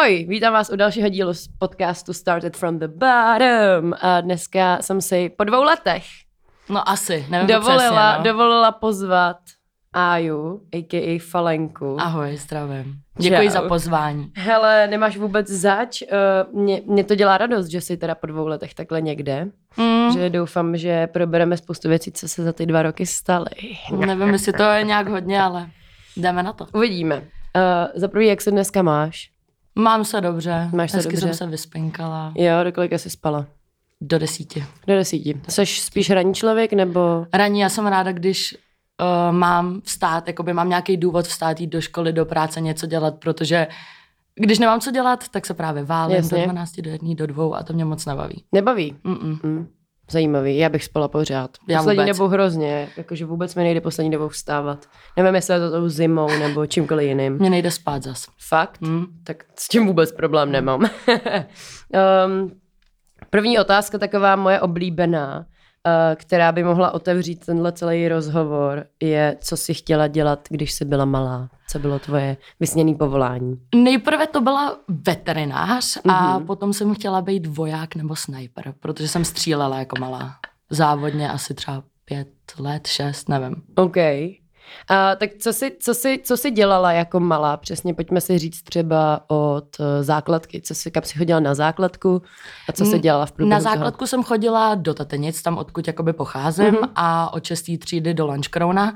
Ahoj, vítám vás u dalšího dílu z podcastu Started from the Bottom. A dneska jsem si po 2 letech dovolila pozvat Áju, a.k.a. Falenku. Ahoj, zdravím. Děkuji za pozvání. Hele, nemáš vůbec zač. Mě to dělá radost, že jsi teda po 2 letech takhle někde. Že doufám, že probereme spoustu věcí, co se za ty 2 roky staly. Nevím, jestli to je nějak hodně, ale jdeme na to. Uvidíme. Za prvý, jak se dneska máš? Mám se dobře. Máš se Hezky dobře? jsem se vyspinkala. Jo, do kolika jsi spala? Do 10. Do 10. Jseš spíš ranní člověk, nebo? Ranní, já jsem ráda, když mám vstát, jakoby mám nějaký důvod vstát, jít do školy, do práce, něco dělat, protože když nemám co dělat, tak se právě válím do 12, do 1, do 2 a to mě moc nebaví. Nebaví? Zajímavý, já bych spala pořád. Poslední dobou hrozně, jakože vůbec mi nejde poslední dobou vstávat. Nevím, jestli je to tou zimou nebo čímkoliv jiným. Mně nejde spát zas. Fakt? Tak s tím vůbec problém nemám. První otázka, taková moje oblíbená, která by mohla otevřít tenhle celý rozhovor, je, co jsi chtěla dělat, když jsi byla malá? Co bylo tvoje vysněné povolání? Nejprve to byla veterinář a potom jsem chtěla být voják nebo snajper, protože jsem střílela jako malá. Závodně asi třeba 5 let, 6, nevím. OK. Tak co jsi dělala jako malá? Přesně pojďme si říct třeba od základky. Kam jsi chodila na základku a co jsi dělala v průběhu Na základku jsem chodila do Tatenic, tam odkud jakoby pocházím a od 6. třídy do Lanškrouna.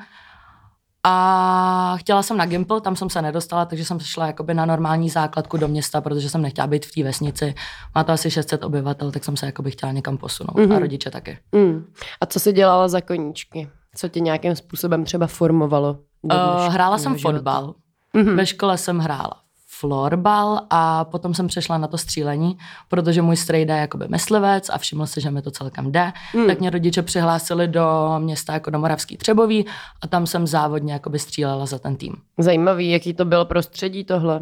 A chtěla jsem na Gimpl, tam jsem se nedostala, takže jsem šla jakoby na normální základku do města, protože jsem nechtěla být v té vesnici. Má to asi 600 obyvatel, tak jsem se jakoby chtěla někam posunout a rodiče taky. A co jsi dělala za koníčky? Co tě nějakým způsobem třeba formovalo? Hrála jsem fotbal. Ve škole jsem hrála florbal a potom jsem přešla na to střílení, protože můj strejda je jakoby myslivec a všiml si, že mi to celkem jde. Tak mě rodiče přihlásili do města jako do Moravský Třebový a tam jsem závodně jakoby střílela za ten tým. Zajímavý, jaký to bylo prostředí tohle?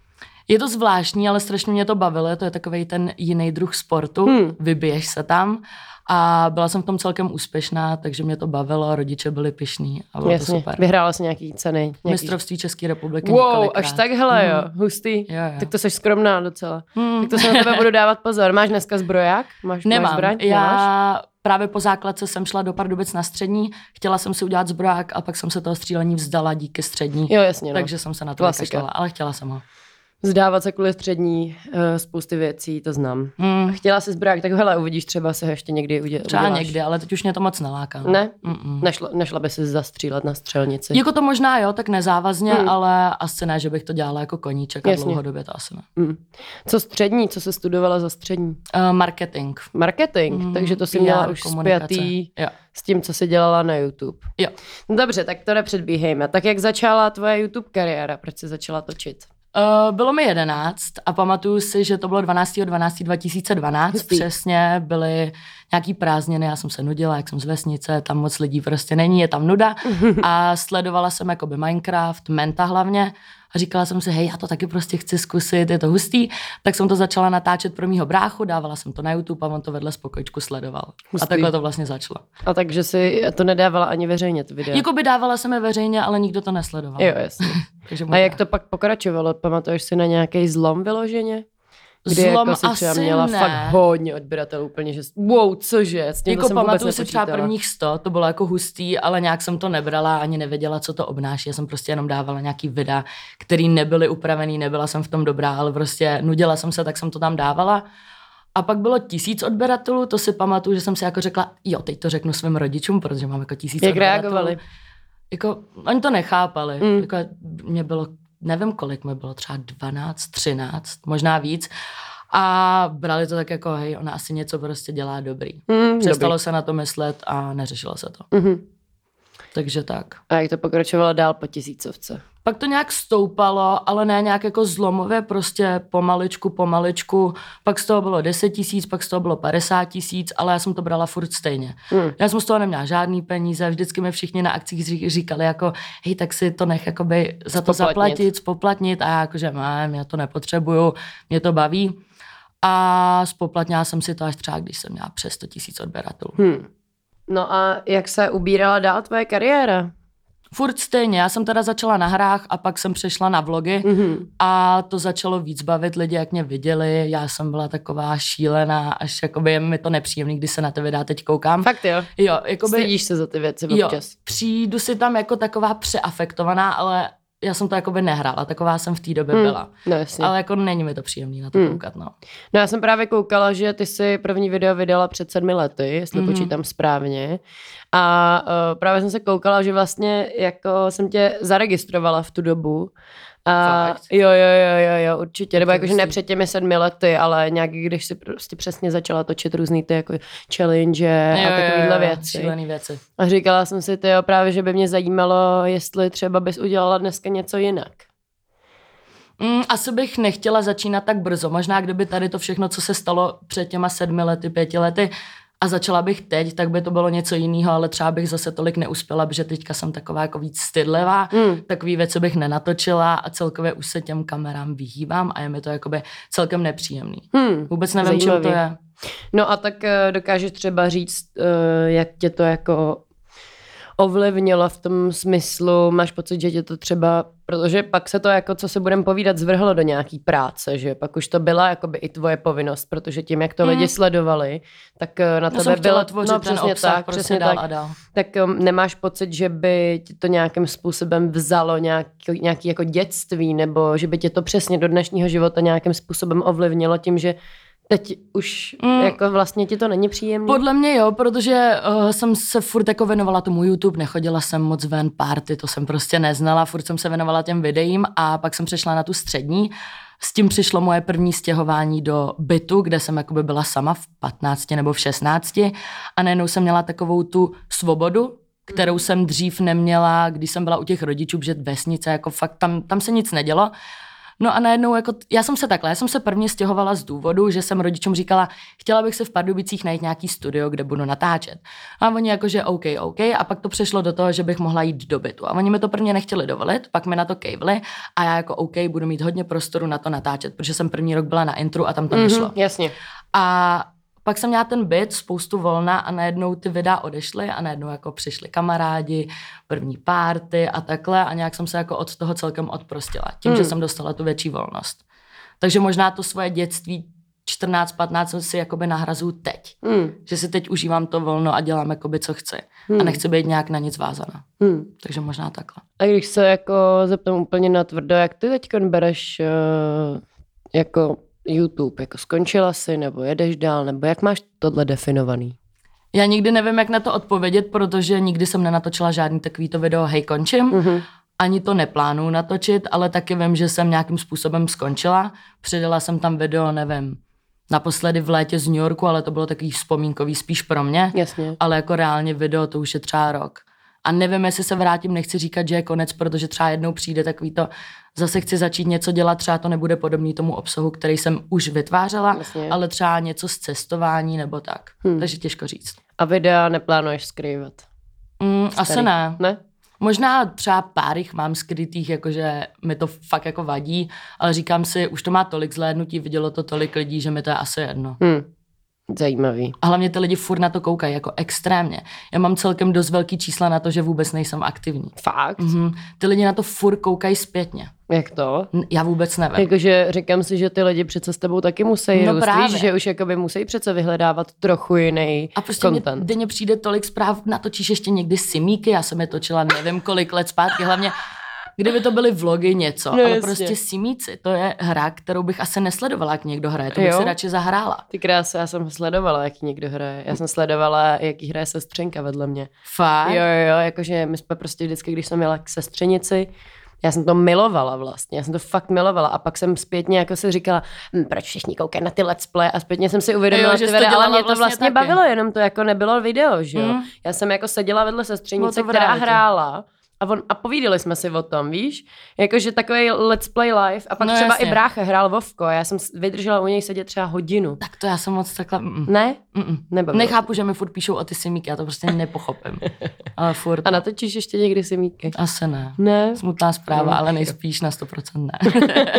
Je to zvláštní, ale strašně mě to bavilo, to je takovej ten jiný druh sportu, vybiješ se tam a byla jsem v tom celkem úspěšná, takže mě to bavilo, rodiče byli pyšní a bylo to super. Vyhrála jsi nějaký ceny? Mistrovství České republiky několikrát. Až takhle, jo, hustý. Jo. Tak to jsi skromná docela. Tak to se na tebe budu dávat pozor. Máš dneska zbroják? Nemám. Máš zbraň? Já právě po základce jsem šla do Pardubic na střední, chtěla jsem si udělat zbroják a pak jsem se toho střílení vzdala díky střední. Jo, jasně. Takže jsem se na to vykašlala, ale chtěla jsem ho. Zdávat se kvůli střední spousty věcí, to znám. Chtěla jsi zbrák, tak hele, uvidíš, třeba se ještě někdy uděláš. Třeba někdy, ale teď už mě to moc neláká. Ne? Nešla by si zastřílet na střelnici? Jako to možná jo, tak nezávazně, ale asi ne, že bych to dělala jako koníček a dlouhodobě to asi ne. Co střední? Co jsi studovala za střední? Marketing. Marketing? Takže to jsi měla už spjatý s tím, co jsi dělala na YouTube. Jo. No dobře, tak to nepředbíhejme. Tak jak začala tvoje YouTube kariéra? Proč jsi začala točit? Bylo mi 11 a pamatuju si, že to bylo 12.12.2012. Přesně byly nějaký prázdniny, já jsem se nudila, jak jsem z vesnice, tam moc lidí prostě není, je tam nuda. A sledovala jsem jakoby Minecraft, Menta hlavně a říkala jsem si, hej, já to taky prostě chci zkusit, je to hustý. Tak jsem to začala natáčet pro mýho bráchu, dávala jsem to na YouTube a on to vedle z pokojičku sledoval. Hustý. A takhle to vlastně začalo. A takže si to nedávala ani veřejně, to video? Jakoby dávala jsem je veřejně, ale nikdo to nesledoval. Jo, jasně. A jak to pak pokračovalo? Pamatuješ si na nějaký zlom vyloženě? Kdy zlom jako si třeba asi měla ne. fakt hodně odběratelů, úplně, že wow, cože? S tím jako jsem pamatuju si třeba prvních 100, to bylo jako hustý, ale nějak jsem to nebrala, ani nevěděla, co to obnáší. Já jsem prostě jenom dávala nějaký videa, který nebyly upravený, nebyla jsem v tom dobrá, ale prostě nudila jsem se, tak jsem to tam dávala. A pak bylo 1000 odběratelů, to si pamatuju, že jsem si jako řekla, jo, teď to řeknu svým rodičům, protože mám jako 1000 odběratelů. Jak reagovali? Jako, oni to nechápali. Jako, mě bylo, nevím kolik mi bylo, třeba 12, 13, možná víc. A brali to tak jako, hej, ona asi něco prostě dělá dobrý. Přestalo se na to myslet a neřešilo se to. Takže tak. A jak to pokračovalo dál po 1000? Pak to nějak stoupalo, ale ne nějak jako zlomově, prostě pomaličku. Pak z toho bylo 10 000, pak z toho bylo 50 000, ale já jsem to brala furt stejně. Já jsem z toho neměla žádný peníze, vždycky mi všichni na akcích říkali jako, hej, tak si to nech jakoby za to zaplatit, spoplatnit a já jakože já to nepotřebuju, mě to baví. A spoplatnila jsem si to až třeba, když jsem měla přes 100 000 odběratelů. No a jak se ubírala dál tvoje kariéra? Furt stejně, já jsem teda začala na hrách a pak jsem přešla na vlogy a to začalo víc bavit lidi, jak mě viděli, já jsem byla taková šílená, až jakoby je mi to nepříjemný, když se na ty videa teď koukám. Fakt jo? Jo, jakoby... Stydíš se za ty věci občas? Jo, přijdu si tam jako taková přeafektovaná, ale já jsem to jakoby nehrála, taková jsem v té době byla. No jasně. Ale jako není mi to příjemný na to koukat, no. No já jsem právě koukala, že ty si první video vydala před 7 lety, jestli počítám správně. A právě jsem se koukala, že vlastně jako jsem tě zaregistrovala v tu dobu. A jo, určitě. Nebo jakože ne před těmi 7 lety, ale nějak, když si prostě přesně začala točit různý ty jako challenge a takovýhle věci. Šílený věci. A říkala jsem si, tyjo, právě, že by mě zajímalo, jestli třeba bys udělala dneska něco jinak. Asi bych nechtěla začínat tak brzo. Možná kdyby tady to všechno, co se stalo před těma 7 lety, 5 lety a začala bych teď, tak by to bylo něco jiného, ale třeba bych zase tolik neuspěla, protože teďka jsem taková jako víc stydlivá, takový věci bych nenatočila a celkově už se těm kamerám vyhýbám a je mi to jakoby celkem nepříjemný. Vůbec nevím, čím to je. No a tak dokážeš třeba říct, jak tě to jako ovlivnilo v tom smyslu, máš pocit, že tě to třeba, protože pak se to jako, co se budeme povídat, zvrhlo do nějaký práce, že pak už to byla jakoby i tvoje povinnost, protože tím, jak to lidi sledovali, tak na tebe bylo tvořit ten obsah tak, prostě přesně dál tak. A dál. Tak nemáš pocit, že by ti to nějakým způsobem vzalo nějaký jako dětství, nebo že by tě to přesně do dnešního života nějakým způsobem ovlivnilo tím, že teď už jako vlastně ti to není příjemný? Podle mě jo, protože jsem se furt jako věnovala tomu YouTube, nechodila jsem moc ven party, to jsem prostě neznala, furt jsem se věnovala těm videím a pak jsem přešla na tu střední. S tím přišlo moje první stěhování do bytu, kde jsem jakoby byla sama v 15 nebo v 16 a najednou jsem měla takovou tu svobodu, kterou jsem dřív neměla, když jsem byla u těch rodičů, protože vesnice, jako fakt tam se nic nedělo. No a najednou jako, já jsem se prvně stěhovala z důvodu, že jsem rodičům říkala, chtěla bych se v Pardubicích najít nějaký studio, kde budu natáčet. A oni jakože OK, a pak to přešlo do toho, že bych mohla jít do bytu. A oni mi to prvně nechtěli dovolit, pak mi na to kejvli a já jako OK, budu mít hodně prostoru na to natáčet, protože jsem první rok byla na intru a tam to nešlo. Jasně. A pak jsem měla ten byt, spoustu volna a najednou ty videa odešly a najednou jako přišli kamarádi, první párty a takhle a nějak jsem se jako od toho celkem odprostila. Tím, že jsem dostala tu větší volnost. Takže možná to svoje dětství 14-15 si jakoby nahrazuju teď. Že si teď užívám to volno a dělám jakoby co chci. A nechci být nějak na nic vázaná. Takže možná takhle. A když se jako zeptám úplně natvrdo, jak ty teďkon bereš jako YouTube, jako skončila jsi, nebo jedeš dál, nebo jak máš tohle definovaný? Já nikdy nevím, jak na to odpovědět, protože nikdy jsem nenatočila žádný takovýto video, hej, končím. Ani to neplánuju natočit, ale taky vím, že jsem nějakým způsobem skončila. Přidala jsem tam video, nevím, naposledy v létě z New Yorku, ale to bylo takový vzpomínkový spíš pro mě. Jasně. Ale jako reálně video, to už je třeba rok. A nevím, jestli se vrátím, nechci říkat, že je konec, protože třeba jednou přijde takový to, zase chci začít něco dělat, třeba to nebude podobný tomu obsahu, který jsem už vytvářela, Jasně. ale třeba něco z cestování nebo tak. Takže těžko říct. A videa neplánuješ skrývat? Asi ne. Ne? Možná třeba pár jich mám skrytých, jakože mi to fakt jako vadí, ale říkám si, už to má tolik zhlédnutí, vidělo to tolik lidí, že mi to je asi jedno. Zajímavý. A hlavně ty lidi furt na to koukají, jako extrémně. Já mám celkem dost velký čísla na to, že vůbec nejsem aktivní. Fakt? Ty lidi na to furt koukají zpětně. Jak to? Já vůbec nevím. Jakože říkám si, že ty lidi přece s tebou taky musí růst, právě. víš, že už jakoby musí přece vyhledávat trochu jiný a prostě content. denně přijde tolik zpráv, natočíš ještě někdy simíky, já jsem je točila nevím kolik let zpátky, hlavně kdyby to byly vlogy něco, ale jasně. prostě simíci, to je hra, kterou bych asi nesledovala, jak někdo hraje, to bych si radši zahrála. Ty krása, já jsem sledovala, jak někdo hraje. Já jsem sledovala, jaký hraje sestřenka vedle mě. Fakt? Jo, jakože my jsme prostě vždycky, když jsem jela k sestřenici, já jsem to milovala vlastně, já jsem to fakt milovala a pak jsem zpětně jako si říkala, proč všichni koukají na ty let's play a zpětně jsem si uvědomila, že ale mě to vlastně taky. bavilo, jenom to jako nebylo video, že jo. Já jsem jako seděla vedle sestřenice, která hrála a povídali jsme si o tom, víš? Jakože takový let's play live a pak třeba jasně. i brácha hrál Vovko a já jsem vydržela u něj sedět třeba hodinu. Tak to já jsem moc takhle... Ne? Nebavilo. Nechápu, že mi furt píšou o ty simíky, já to prostě nepochopím. Ale furt... A natočíš ještě někdy simíky? Asi ne. Ne? Smutná zpráva, ale nejspíš na 100% ne.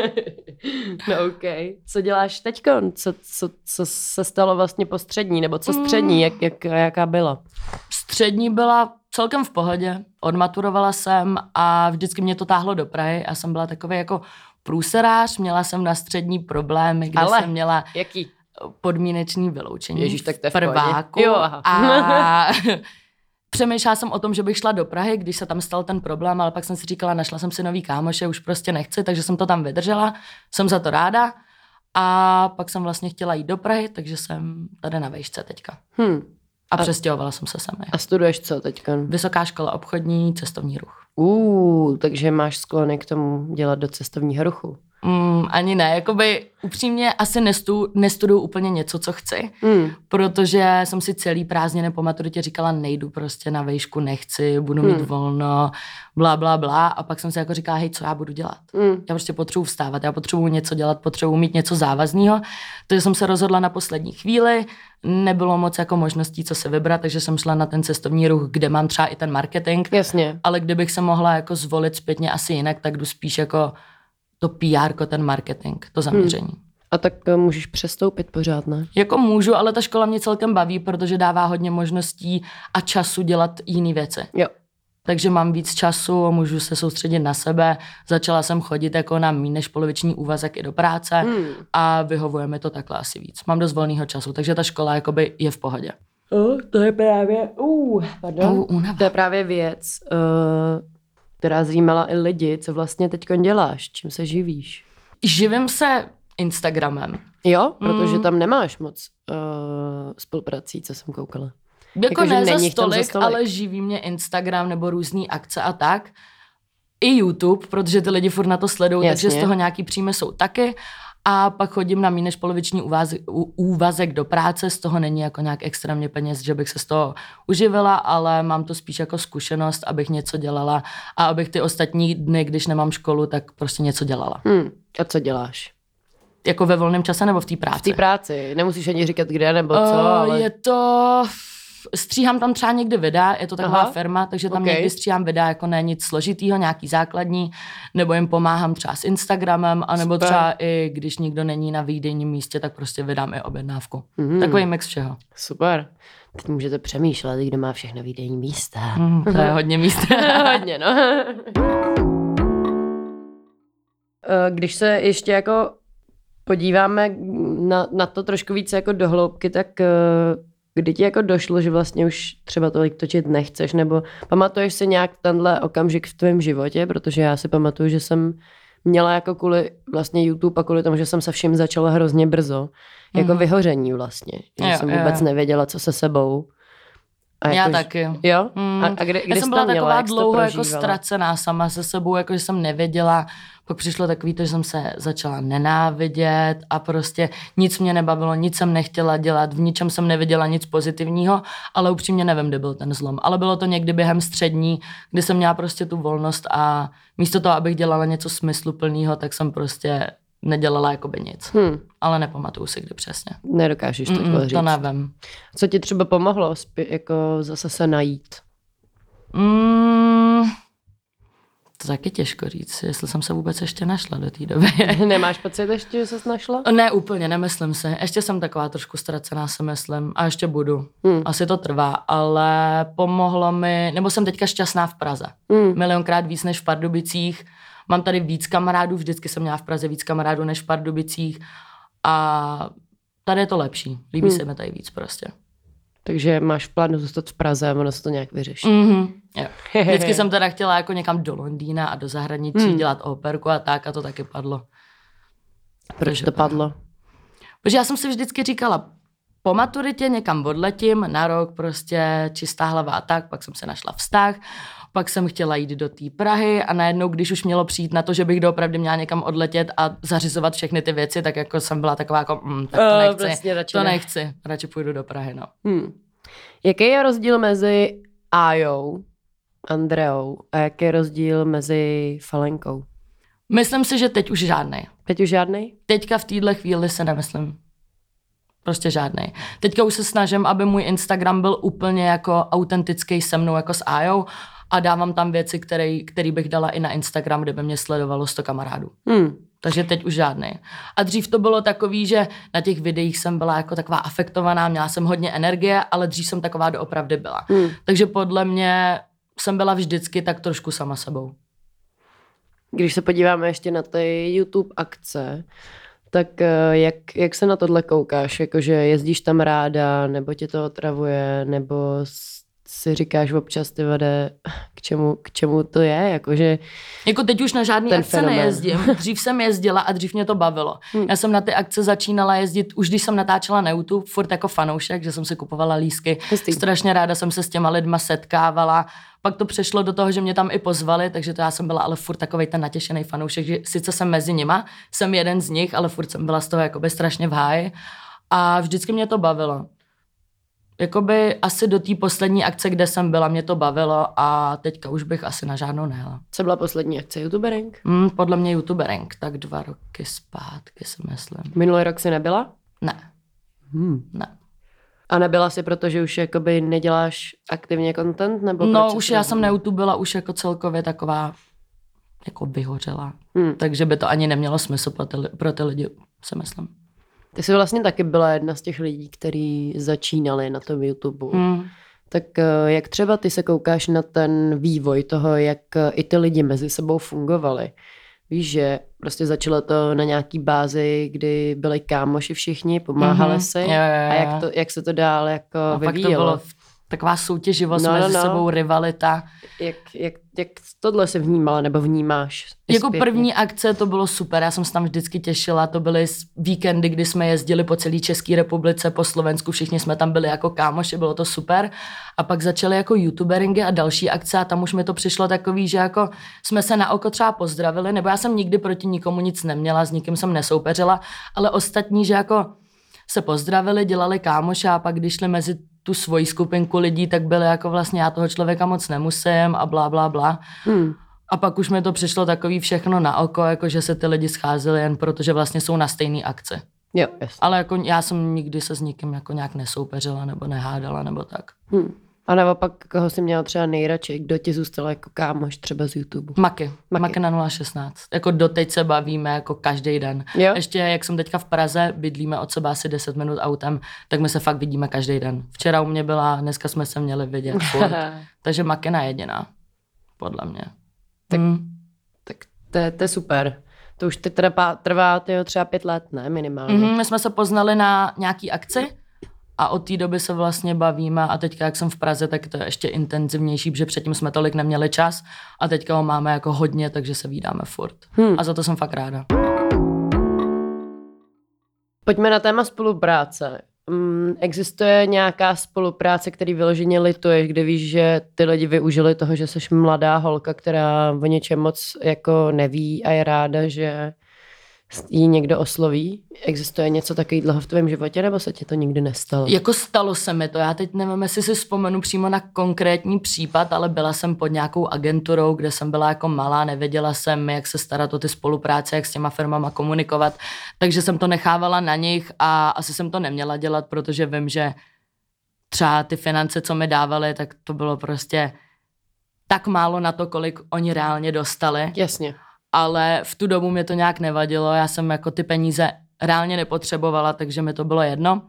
No okej. Co děláš teďkon? Co se stalo vlastně po střední? Nebo co střední? Jaká byla? Střední byla celkem v pohodě. Odmaturovala jsem a vždycky mě to táhlo do Prahy a jsem byla takový jako průserář. Měla jsem na střední problémy, kde jsem měla jaký? Podmínečný vyloučení. Ježíš, tak to je v prváku. Jo, aha. A přemýšlela jsem o tom, že bych šla do Prahy, když se tam stal ten problém, ale pak jsem si říkala, našla jsem si nový kámoše, už prostě nechci, takže jsem to tam vydržela. Jsem za to ráda. A pak jsem vlastně chtěla jít do Prahy, takže jsem tady na vejšce teďka. A přestěhovala jsem se sem. A studuješ co teďka? Vysoká škola obchodní, cestovní ruch. Takže máš sklony k tomu dělat do cestovního ruchu. Ani ne, jakoby upřímně asi nestuduju úplně něco, co chci, protože jsem si celý prázdniny po maturitě říkala, nejdu prostě na vejšku, nechci, budu mít volno, blá, blá, blá, a pak jsem si jako říkala, hej, co já budu dělat? Já prostě potřebuji vstávat, já potřebuji něco dělat, potřebuji mít něco závazného, takže jsem se rozhodla na poslední chvíli, nebylo moc jako možností, co se vybrat, takže jsem šla na ten cestovní ruch, kde mám třeba i ten marketing, Jasně. Ale kdybych se mohla jako zvolit zpětně asi jinak, tak jdu spíš jako to PR, ten marketing, to zaměření. A tak můžeš přestoupit pořád, ne? Jako můžu, ale ta škola mě celkem baví, protože dává hodně možností a času dělat jiné věci. Jo. Takže mám víc času, můžu se soustředit na sebe. Začala jsem chodit jako na méně než poloviční úvazek i do práce a vyhovuje mi to takhle asi víc. Mám dost volného času, takže ta škola jakoby je v pohodě. To je právě... To je právě věc, která zajímala i lidi, co vlastně teď děláš, čím se živíš. Živím se Instagramem. Jo, protože tam nemáš moc spoluprací, co jsem koukala. Jako ne za stolik, ale živí mě Instagram nebo různý akce a tak. I YouTube, protože ty lidi furt na to sledují, takže z toho nějaký příjmy jsou taky. A pak chodím na méně než poloviční úvazek do práce, z toho není jako nějak extrémně peněz, že bych se z toho uživila, ale mám to spíš jako zkušenost, abych něco dělala a abych ty ostatní dny, když nemám školu, tak prostě něco dělala. A co děláš? Jako ve volném čase nebo v té práci? V té práci, nemusíš ani říkat kde nebo co, ale... Je to... Stříhám tam třeba někdy videa, je to taková firma, takže tam někdy stříhám videa, jako ne nic složitýho, nějaký základní, nebo jim pomáhám třeba s Instagramem, anebo třeba i když nikdo není na výdejním místě, tak prostě vydám i objednávku. Takový mix všeho. Super. Teď můžete přemýšlet, kdo má všechno výdejní místa. To je hodně míst. Hodně, no. Když se ještě jako podíváme na to trošku víc jako do hloubky, tak kdy ti jako došlo, že vlastně už třeba tolik točit nechceš, nebo pamatuješ si nějak tenhle okamžik v tvém životě, protože já si pamatuju, že jsem měla jako kvůli vlastně YouTube a kvůli tomu, že jsem se vším začala hrozně brzo, jako vyhoření vlastně, že jsem vůbec nevěděla, co se sebou. A já jako, taky. Jo? A kdy já jsem byla taková dlouho jako prožívala? ztracená sama se sebou, jako že jsem nevěděla, pak přišlo takový to, že jsem se začala nenávidět a prostě nic mě nebavilo, nic jsem nechtěla dělat, v ničem jsem neviděla nic pozitivního, ale upřímně nevím, kde byl ten zlom. Ale bylo to někdy během střední, kdy jsem měla prostě tu volnost a místo toho, abych dělala něco smysluplného, tak jsem prostě nedělala jakoby nic. Ale nepamatuju si, kdy přesně. Nedokážeš to říct. To nevím. Co ti třeba pomohlo jako zase se najít? To taky těžko říct, jestli jsem se vůbec ještě našla do té doby. Nemáš pocit ještě, že ses našla? Ne, úplně, nemyslím si. Ještě jsem taková trošku ztracená, si myslím. A ještě budu. Asi to trvá, ale pomohlo mi, nebo jsem teďka šťastná v Praze. Milionkrát víc než v Pardubicích. Mám tady víc kamarádů, vždycky jsem měla v Praze víc kamarádů než v Pardubicích. A tady je to lepší. Líbí se mi tady víc prostě. Takže máš v plánu zůstat v Praze a ono se to nějak vyřeší. Jo. Vždycky jsem teda chtěla jako někam do Londýna a do zahraničí dělat operku a tak a to taky padlo. Proč to padlo? Protože já jsem si vždycky říkala, po maturitě někam odletím na rok, prostě čistá hlava a tak, pak jsem se našla vztah, pak jsem chtěla jít do té Prahy a najednou, když už mělo přijít na to, že bych doopravdy měla někam odletět a zařizovat všechny ty věci, tak jako jsem byla taková jako, tak to nechci, vlastně nechci, radši půjdu do Prahy, no. Jaký je rozdíl mezi Ájou, Andreou a jaký je rozdíl mezi Falenkou? Myslím si, že teď už žádnej. Teď už žádnej? Teďka v téhle chvíli se nemyslím. Prostě žádnej. Teďka už se snažím, aby můj Instagram byl úplně jako autentický se mnou, jako s Ájou a dávám tam věci, které bych dala i na Instagram, kde by mě sledovalo 100 kamarádů. Takže teď už žádný. A dřív to bylo takový, že na těch videích jsem byla jako taková afektovaná, měla jsem hodně energie, ale dřív jsem taková doopravdy byla. Takže podle mě jsem byla vždycky tak trošku sama sebou. Když se podíváme ještě na ty YouTube akce, tak jak se na tohle koukáš? Jakože jezdíš tam ráda, nebo tě to otravuje, nebo si říkáš občas, ty vade, k čemu to je? Jakože jako teď už na žádný akce nejezdím. Dřív jsem jezdila a dřív mě to bavilo. Já jsem na ty akce začínala jezdit, už když jsem natáčela na YouTube, furt jako fanoušek, že jsem si kupovala lístky. Strašně ráda jsem se s těma lidma setkávala. Pak to přešlo do toho, že mě tam i pozvali, takže to já jsem byla ale furt takovej ten natěšený fanoušek, že sice jsem mezi nima, jsem jeden z nich, ale furt jsem byla z toho jakoby strašně v háji a vždycky mě to bavilo. Jakoby asi do té poslední akce, kde jsem byla, mě to bavilo a teďka už bych asi na žádnou nejela. Co byla poslední akce? YouTubering? Podle mě YouTubering, tak 2 roky zpátky si myslím. Minulý rok jsi nebyla? Ne. Ne. A nebyla jsi, protože už jakoby neděláš aktivně content? Nebo no už já jsem na YouTube byla už jako celkově taková jako vyhořela. Takže by to ani nemělo smysl pro ty lidi, si myslím. Ty jsi vlastně taky byla jedna z těch lidí, kteří začínali na tom YouTube. Tak jak třeba ty se koukáš na ten vývoj toho, jak i ty lidi mezi sebou fungovali? Víš, že prostě začalo to na nějaký bázi, kdy byli kámoši všichni, pomáhali si a jak se to dál jako vyvíjelo? Pak to bylo taková soutěživost mezi sebou, rivalita. Jak tohle se vnímala nebo vnímáš? Jako první akce to bylo super, já jsem se tam vždycky těšila, to byly víkendy, kdy jsme jezdili po celé České republice, po Slovensku, všichni jsme tam byli jako kámoši, bylo to super. A pak začaly jako youtuberingy a další akce a tam už mi to přišlo takový, že jako jsme se na oko třeba pozdravili, nebo já jsem nikdy proti nikomu nic neměla, s nikým jsem nesoupeřila, ale ostatní, že jako se pozdravili, dělali kámoše a pak když šli mezi tu svoji skupinku lidí, tak byly jako vlastně já toho člověka moc nemusím a blá, blá, blá. A pak už mi to přišlo takový všechno na oko, jako že se ty lidi scházeli jen protože vlastně jsou na stejné akci. Jo, jasně. Ale jako já jsem nikdy se s nikým jako nějak nesoupeřila nebo nehádala nebo tak. A naopak, koho jsi měla třeba nejradši? Kdo ti zůstal jako kámoš třeba z YouTube? Maky na 016. Jako doteď se bavíme jako každý den. Jo? Ještě jak jsem teďka v Praze, bydlíme od sebe asi 10 minut autem, tak my se fakt vidíme každý den. Včera u mě byla, dneska jsme se měli vidět. Takže Makina jediná, podle mě. Tak to je super. To už trvá třeba 5 let, ne? Minimálně. My jsme se poznali na nějaký akci a od té doby se vlastně bavíme a teďka, jak jsem v Praze, tak to je ještě intenzivnější, protože předtím jsme tolik neměli čas a teďka ho máme jako hodně, takže se vídáme furt. A za to jsem fakt ráda. Pojďme na téma spolupráce. Existuje nějaká spolupráce, který vyloženě lituješ, kde víš, že ty lidi využili toho, že jsi mladá holka, která o něčem moc jako neví a je ráda, že jí někdo osloví? Existuje něco takového v tvém životě, nebo se ti to nikdy nestalo? Jako stalo se mi to. Já teď nevím, jestli si vzpomenu přímo na konkrétní případ, ale byla jsem pod nějakou agenturou, kde jsem byla jako malá, nevěděla jsem, jak se starat o ty spolupráce, jak s těma firmama komunikovat, takže jsem to nechávala na nich a asi jsem to neměla dělat, protože vím, že třeba ty finance, co mi dávali, tak to bylo prostě tak málo na to, kolik oni reálně dostali. Jasně. Ale v tu dobu mě to nějak nevadilo, já jsem jako ty peníze reálně nepotřebovala, takže mi to bylo jedno.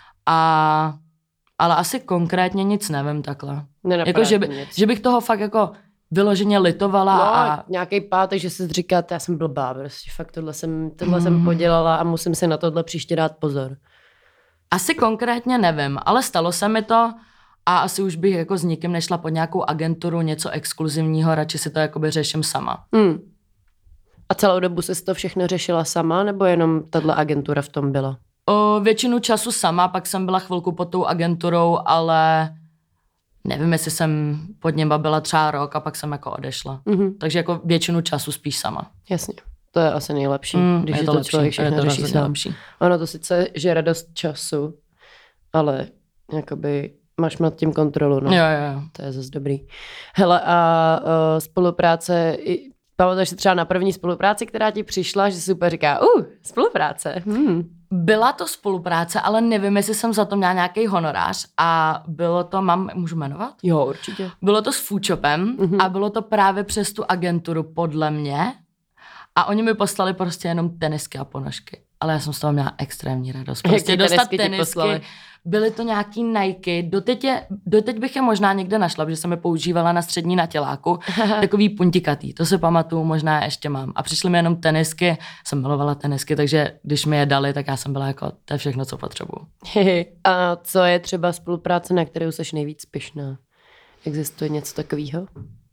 Ale asi konkrétně nic nevím takhle. Jako, že bych toho fakt jako vyloženě litovala. No, a nějaký pátek, že si říká, já jsem blbá, prostě fakt tohle jsem podělala a musím si na tohle příště dát pozor. Asi konkrétně nevím, ale stalo se mi to a asi už bych jako s nikým nešla pod nějakou agenturu, něco exkluzivního, radši si to jakoby řeším sama. A celou dobu jsi to všechno řešila sama, nebo jenom tato agentura v tom byla? Většinu času sama, pak jsem byla chvilku pod tou agenturou, ale nevím, jestli jsem pod něma byla třeba rok a pak jsem jako odešla. Takže jako většinu času spíš sama. Jasně, to je asi nejlepší, když je to lepší, člověk všechno řeší sám. Lepší. Ono to sice žere dost času, ale jakoby máš nad tím kontrolu, no. Jo. To je zase dobrý. Hele, a spolupráce... Pamatuješ si třeba na první spolupráci, která ti přišla, že si úplně říká, spolupráce. Byla to spolupráce, ale nevím, jestli jsem za to měla nějaký honorář a bylo to, můžu jmenovat? Jo, určitě. Bylo to s Foodshopem a bylo to právě přes tu agenturu podle mě A oni mi poslali prostě jenom tenisky a ponožky. Ale já jsem z toho měla extrémní radost. Prostě dostat tenisky. Byly to nějaký Nike. Doteď bych je možná někde našla, protože jsem je používala na střední na těláku. Takový puntikatý. To si pamatuju, možná ještě mám. A přišly mi jenom tenisky. Jsem milovala tenisky, takže když mi je dali, tak já jsem byla jako, to je všechno, co potřebuju. A co je třeba spolupráce, na kterou jsi nejvíc pyšná? Existuje něco takového?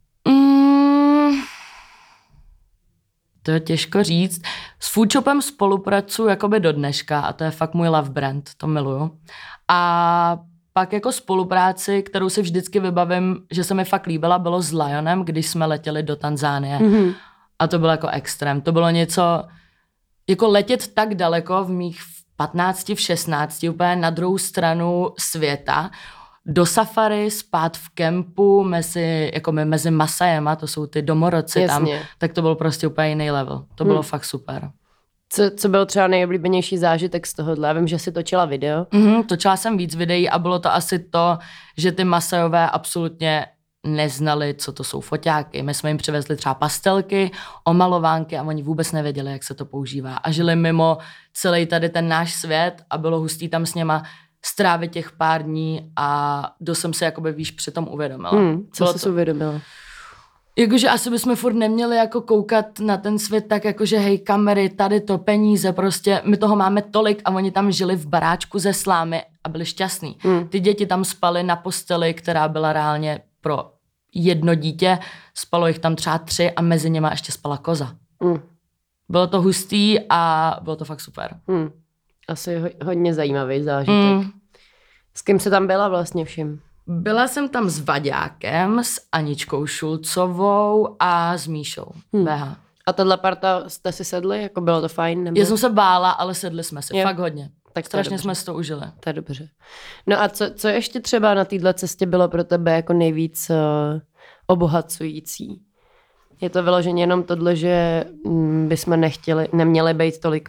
To je těžko říct. S Foodshopem spolupracuji jakoby do dneška a to je fakt můj love brand, to miluju. A pak jako spolupráci, kterou si vždycky vybavím, že se mi fakt líbila, bylo s Lionem, když jsme letěli do Tanzánie. Mm-hmm. A to bylo jako extrém. To bylo něco, jako letět tak daleko v mých 15, v 16, úplně na druhou stranu světa, do safari, spát v kempu mezi Masajema, to jsou ty domorodci. Jasně. Tam, tak to byl prostě úplně jiný level. To bylo fakt super. Co byl třeba nejoblíbenější zážitek z tohohle? Já vím, že jsi točila video. Točila jsem víc videí a bylo to asi to, že ty Masajové absolutně neznali, co to jsou foťáky. My jsme jim přivezli třeba pastelky, omalovánky a oni vůbec nevěděli, jak se to používá. A žili mimo celý tady ten náš svět a bylo hustý tam s něma strávit těch pár dní a dost jsem se jakoby víš přitom uvědomila. Co jsi uvědomila? Jakože asi bychom furt neměli jako koukat na ten svět tak jakože hej kamery, tady to, peníze, prostě my toho máme tolik a oni tam žili v baráčku ze slámy a byli šťastní. Ty děti tam spaly na posteli, která byla reálně pro jedno dítě, spalo jich tam třeba 3 a mezi něma ještě spala koza. Bylo to hustý a bylo to fakt super. Asi hodně zajímavý zážitek. S kým se tam byla vlastně vším? Byla jsem tam s Vaďákem, s Aničkou Šulcovou a s Míšou. BH. A tahle parta jste si sedli? Jako bylo to fajn? Nebo? Já jsem se bála, ale sedli jsme si. Fakt hodně. Tak strašně jsme si to užili. To je dobře. No a co ještě třeba na této cestě bylo pro tebe jako nejvíc obohacující? Je to vyloženě jenom tohle, že bychom neměli být tolik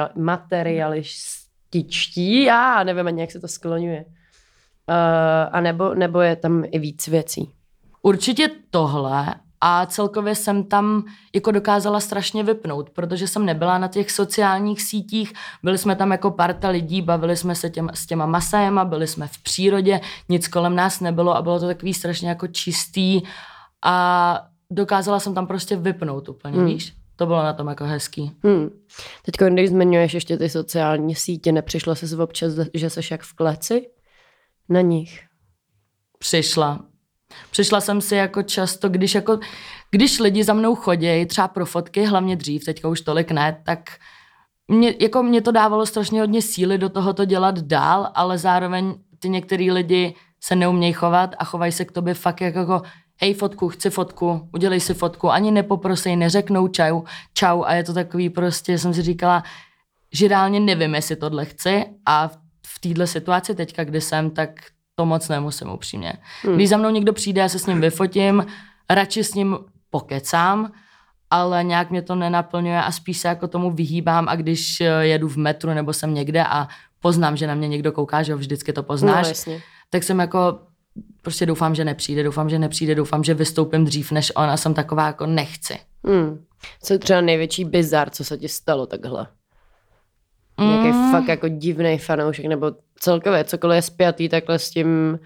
materialističtí, já nevím ani, jak se to skloňuje. A nebo je tam i víc věcí? Určitě tohle a celkově jsem tam jako dokázala strašně vypnout, protože jsem nebyla na těch sociálních sítích, byli jsme tam jako parta lidí, bavili jsme se s těma Masajema, byli jsme v přírodě, nic kolem nás nebylo a bylo to takový strašně jako čistý a dokázala jsem tam prostě vypnout úplně, víš? To bylo na tom jako hezký. Teď, když zmiňuješ ještě ty sociální sítě, nepřišlo se občas, že seš jak v kleci na nich? Přišla jsem si jako často, když lidi za mnou chodí, třeba pro fotky, hlavně dřív, teďka už tolik ne, tak mě to dávalo strašně hodně síly do toho to dělat dál, ale zároveň ty některý lidi se neumějí chovat a chovají se k tobě fakt jako hej fotku, chci fotku, udělej si fotku, ani nepoprosej, neřeknou čau a je to takový prostě, jsem si říkala, že reálně nevím, jestli tohle chci a v této situaci teďka, kdy jsem, tak to moc nemusím upřímně. Když za mnou někdo přijde, já se s ním vyfotím, radši s ním pokecám, ale nějak mě to nenaplňuje a spíš se jako tomu vyhýbám a když jedu v metru nebo jsem někde a poznám, že na mě někdo kouká, že ho vždycky to poznáš, tak jsem jako prostě doufám, že nepřijde, doufám, že vystoupím dřív než on a jsem taková jako nechci. Co je třeba největší bizar, co se ti stalo takhle? Nějaký fakt jako divnej fanoušek, nebo celkově cokoliv je spjatý takhle s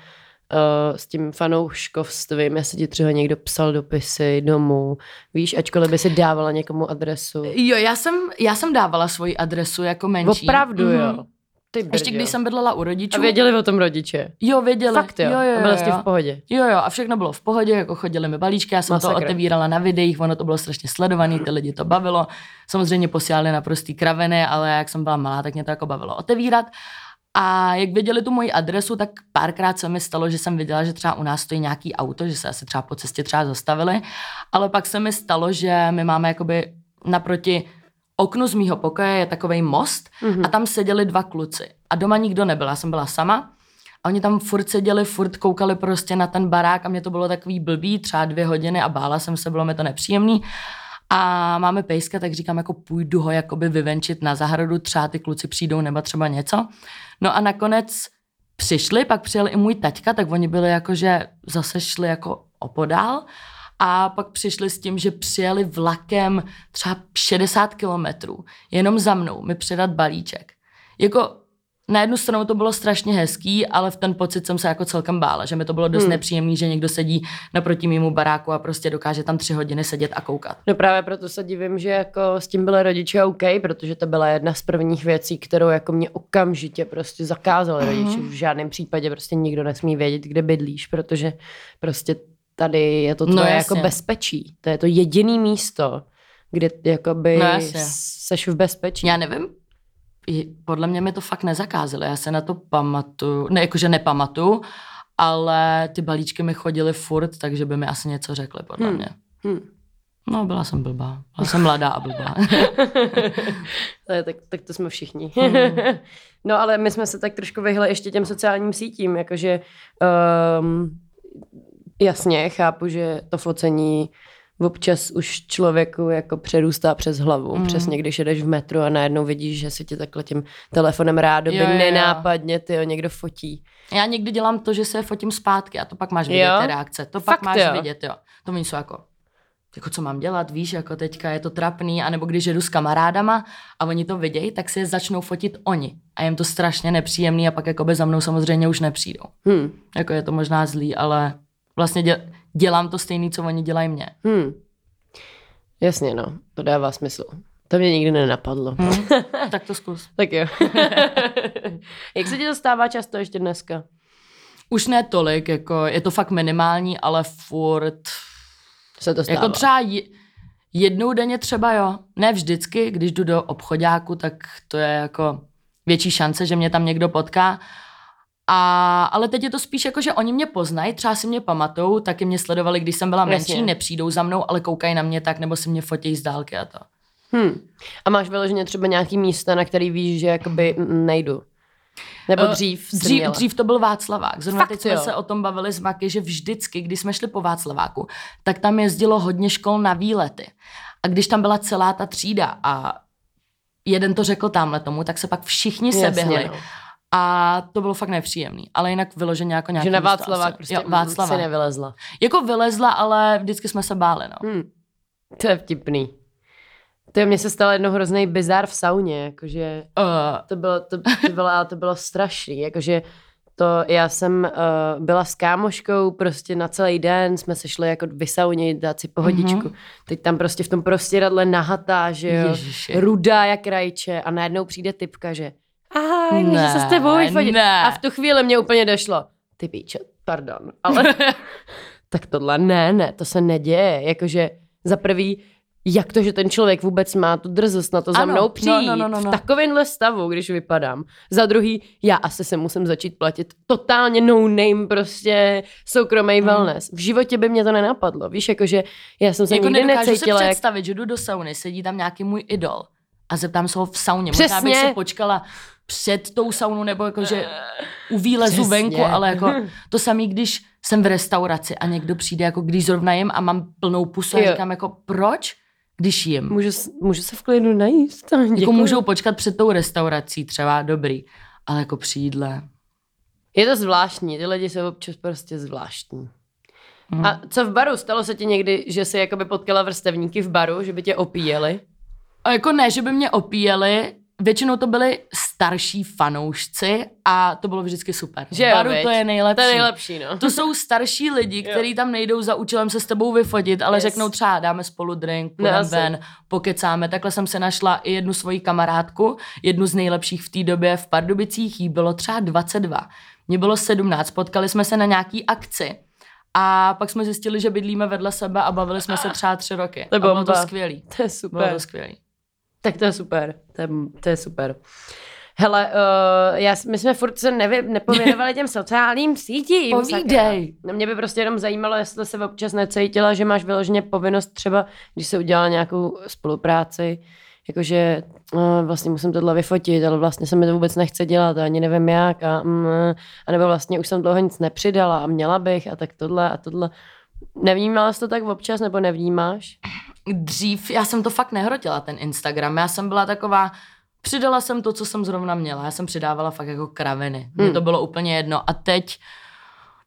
tím fanouškovstvím, jestli ti třeba někdo psal dopisy domů, víš, ačkoliv by si dávala někomu adresu. Jo, já jsem dávala svoji adresu jako menší. Opravdu, jo. Ještě když jsem bydlela u rodičů. A věděli o tom rodiče? Jo, věděli. Fakt jo? A byli jste v pohodě? Jo, a všechno bylo v pohodě, jako chodili mi balíčky, já jsem to otevírala na videích, ono to bylo strašně sledovaný, ty lidi to bavilo. Samozřejmě posílali naprostý kraviny, ale jak jsem byla malá, tak mě to jako bavilo otevírat. A jak věděli tu moji adresu, tak párkrát se mi stalo, že jsem viděla, že třeba u nás stojí nějaký auto, že se asi třeba po cestě třeba zastavili, ale pak se mi stalo, že my máme jakoby naproti oknu z mýho pokoje je takovej most a tam seděli 2 kluci. A doma nikdo nebyl, já jsem byla sama a oni tam furt seděli, furt koukali prostě na ten barák a mě to bylo takový blbý, třeba 2 hodiny a bála jsem se, bylo mi to nepříjemný. A máme pejska, tak říkám, jako půjdu ho jakoby vyvenčit na zahradu, třeba ty kluci přijdou nebo třeba něco. No a nakonec přišli, pak přijel i můj taťka, tak oni byli jako, že zase šli jako opodál. a pak přišli s tím, že přijeli vlakem třeba 60 kilometrů jenom za mnou mi předat balíček. Jako na jednu stranu to bylo strašně hezký, ale v ten pocit jsem se jako celkem bála, že mi to bylo dost nepříjemný, že někdo sedí naproti mému baráku a prostě dokáže tam 3 hodiny sedět a koukat. No právě proto se divím, že jako s tím byly rodiče OK, protože to byla jedna z prvních věcí, kterou jako mě okamžitě prostě zakázali rodiče. V žádném případě prostě nikdo nesmí vědět, kde bydlíš, protože prostě tady je to tvoje jako bezpečí. To je to jediný místo, kde jakoby seš v bezpečí. Já nevím. Podle mě mi to fakt nezakázali, já se na to pamatuju, ne, jakože nepamatuju, ale ty balíčky mi chodily furt, takže by mi asi něco řekli, podle mě. No, byla jsem blbá. Byla jsem mladá a blbá. tak to jsme všichni. No, ale my jsme se tak trošku vyhli ještě těm sociálním sítím, jakože jasně, chápu, že to focení občas už člověku jako přerůstá přes hlavu. Přesně, když jedeš v metru a najednou vidíš, že si tě takhle tím telefonem rádoby nenápadně někdo fotí. Já někdy dělám to, že se fotím zpátky a to pak máš vidět ty reakce. To pak máš vidět, jo. To oni jsou jako co mám dělat, víš, jako teďka je to trapný, anebo když jedu s kamarádama a oni to vidějí, tak si je začnou fotit oni. A jim to strašně nepříjemný a pak jakoby za mnou samozřejmě už nepřijdou. Jako je to možná zlý, ale vlastně dělám to stejný, co oni dělají mě. Jasně, no, to dává smysl. To mě nikdy nenapadlo. Tak to zkus. Tak jo. Jak se ti to stává často ještě dneska? Už ne tolik, jako je to fakt minimální, ale furt se to stává. Jako třeba jednou denně třeba jo. Ne vždycky, když jdu do obchoďáku, tak to je jako větší šance, že mě tam někdo potká. Ale teď je to spíš jako, že oni mě poznají, třeba si mě pamatujou, taky mě sledovali, když jsem byla menší, nepřijdou za mnou, ale koukají na mě tak, nebo si mě fotí z dálky a to. A máš vyloženě třeba nějaký místa, na který víš, že jakoby nejdu? Nebo dřív to byl Václavák. Zrovna teď jsme se o tom bavili s Maky, že vždycky, když jsme šli po Václaváku, tak tam jezdilo hodně škol na výlety. A když tam byla celá ta třída a jeden to řekl tamhle tomu, tak se pak všichni seběhli. No. A to bylo fakt nepříjemný. Ale jinak vyloženě jako nějaký že na Václavák prostě si nevylezla. Jako vylezla, ale vždycky jsme se báli, no. To je vtipný. Mně se stalo jedno hrozný bizár v sauně, jakože to bylo strašný, jakože já jsem byla s kámoškou prostě na celý den, jsme se šli jako vysaunit, dát si pohodičku. Teď tam prostě v tom prostěradle nahatá, že jo, rudá jak rajče a najednou přijde typka, že můžu se s tebou vyfodit. A v tu chvíli mě úplně došlo, ty píče, pardon, ale tak tohle ne, to se neděje, jakože za prvý, jak to, že ten člověk vůbec má tu drzost na to za mnou přijít v takovémhle stavu, když vypadám. Za druhý, já asi se musím začít platit totálně no name prostě soukromý wellness. V životě by mě to nenapadlo, víš, jakože já jsem se jako nikdy necítila. Nedokážu si představit, že jdu do sauny, sedí tam nějaký můj idol a zeptám se ho v sauně. Přesně. Možná bych se počkala před tou saunou nebo jakože u výlezu venku, ale jako to samý, když jsem v restauraci a někdo přijde, jako když zrovna jim a mám plnou pusu a říkám jako proč? Když jim. Můžu se v klidu najíst. Jako můžou počkat před tou restaurací třeba, dobrý. Ale jako při jídle. Je to zvláštní, ty lidi jsou občas prostě zvláštní. A co v baru? Stalo se ti někdy, že jsi jakoby potkala vrstevníky v baru, že by tě opíjeli? A jako ne, že by mě opíjeli, většinou to byli starší fanoušci a to bylo vždycky super. Že baru to je nejlepší. To je nejlepší, no. To jsou starší lidi, kteří tam nejdou za účelem se s tebou vyfotit, ale řeknou třeba dáme spolu drink, půjdeme ven, pokecáme. Takhle jsem se našla i jednu svoji kamarádku, jednu z nejlepších v té době v Pardubicích, jí bylo třeba 22. Mně bylo 17, potkali jsme se na nějaký akci. A pak jsme zjistili, že bydlíme vedle sebe a bavili jsme se třeba 3 roky. To bylo to skvělý. To je super. Bylo to skvělý. Tak to je super, to je super. Hele, my jsme furt se nepověnovali těm sociálním sítím. Povídej. No, mě by prostě jenom zajímalo, jestli se občas necítila, že máš vyloženě povinnost třeba, když se udělala nějakou spolupráci, jakože vlastně musím tohle vyfotit, ale vlastně se mi to vůbec nechce dělat a ani nevím jak a nebo vlastně už jsem dlouho nic nepřidala a měla bych a tak tohle a tohle. Nevnímala jsi to tak občas nebo nevnímáš? Dřív já jsem to fakt nehrotila, ten Instagram. Já jsem byla taková, přidala jsem to, co jsem zrovna měla. Já jsem přidávala fakt jako kraviny. Mně to bylo úplně jedno. A teď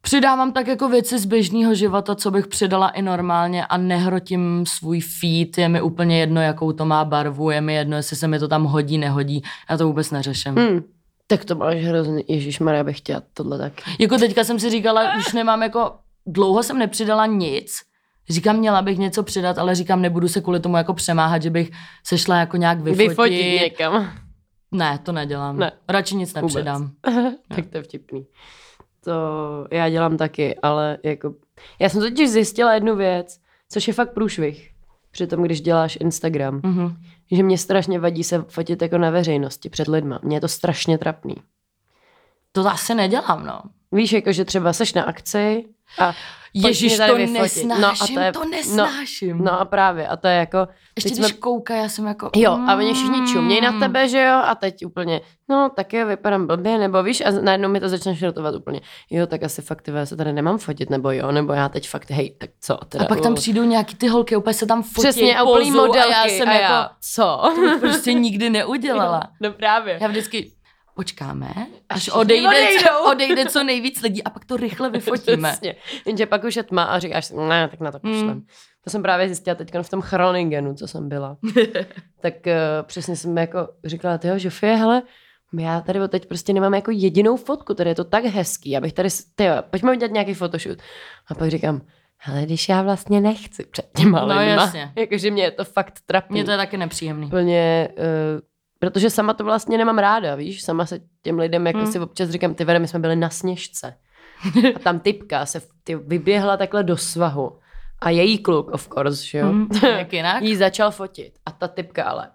Přidávám tak jako věci z běžného života, co bych přidala i normálně a nehrotím svůj feed, je mi úplně jedno, jakou to má barvu, je mi jedno, jestli se mi to tam hodí, nehodí, já to vůbec neřeším. Tak to máš hrozný, ježišmarja, bych chtěla tohle taky. Jako teďka jsem si říkala, už nemám jako, dlouho jsem nepřidala nic, říkám, měla bych něco přidat, ale říkám, nebudu se kvůli tomu jako přemáhat, že bych se šla jako nějak vyfotit někam. Ne, to nedělám. Ne. Radši nic nepřidám. Tak to je vtipný. To já dělám taky, ale jako... Já jsem totiž zjistila jednu věc, což je fakt průšvih. Přitom, když děláš Instagram. Že mě strašně vadí se fotit jako na veřejnosti před lidma. Mně je to strašně trapný. To asi nedělám, no. Víš, jako, že třeba seš na akci a Ježiš, to nesnáším, to nesnáším. No a právě, a to je jako... Ještě když kouká, já jsem jako... Jo, a oni všichni čumějí na tebe, že jo, a teď úplně, no tak jo, vypadám blbě, nebo víš, a najednou mi to začne šrotovat úplně. Jo, tak asi fakt, já se tady nemám fotit, nebo jo, nebo já teď fakt, hej, tak co teda. A pak tam přijdou nějaký ty holky, úplně se tam fotí, přesně, a úplný modelky, a já jsem jako, co? To bych prostě nikdy neudělala. Jo, no právě. Já vždycky... Počkáme, až odejde co nejvíc lidí a pak to rychle vyfotíme. Přesně. Jenže pak už je tma a říkáš, ne, tak na to pošlem. To jsem právě zjistila teď v tom Chroningenu, co jsem byla. Tak přesně jsem jako říkala, tyjo, Žofie, hele, já tady teď prostě nemám jako jedinou fotku, tady je to tak hezký, já bych tady, tyjo, pojďme udělat nějaký photoshoot. A pak říkám, hele, když já vlastně nechci před těma lidma. Jasně. Jakože mě je to fakt trapný. Mně to je taky nepříjemný. Plně... Protože sama to vlastně nemám ráda, víš? Sama se těm lidem jako si občas říkám, ty vede, my jsme byli na Sněžce. A tam typka se vyběhla takhle do svahu. A její kluk, of course, že jo? Jak jinak? Jí začal fotit. A ta typka ale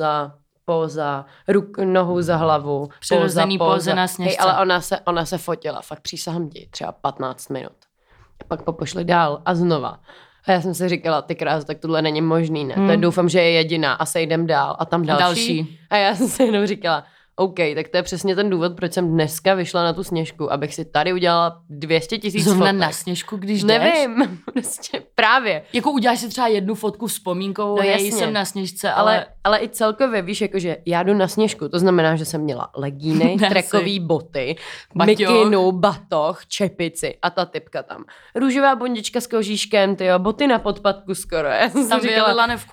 póza, nohu za hlavu. Přirozený póze na Sněžce. Hej, ale ona se fotila, fakt přísahám ti, třeba 15 minut. A pak pošli dál a znova. A já jsem si říkala, ty kráso, tak tohle není možný, ne? To je, doufám, že je jediná a sejdem dál a tam další. A já jsem si jenom říkala, OK, tak to je přesně ten důvod, proč jsem dneska vyšla na tu Sněžku, abych si tady udělala 200 000 fotek. Zrovna na Sněžku, když jdeš? Nevím, prostě právě. Jako uděláš si třeba jednu fotku vzpomínkou, no hej, jsem na Sněžce, ale i celkově, víš, jakože já jdu na Sněžku, to znamená, že jsem měla legíny, trekový boty, mikinu, batoh, čepici a ta typka tam. Růžová bundička s kožíškem, tyjo, boty na podpatku skoro. Já jsem tam si říkala,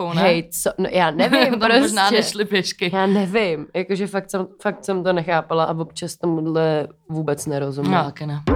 tam prostě. Možná nešly pěšky. Já nevím, jakože fakt jsem to nechápala a občas tomuhle vůbec nerozumím. No, taky ne.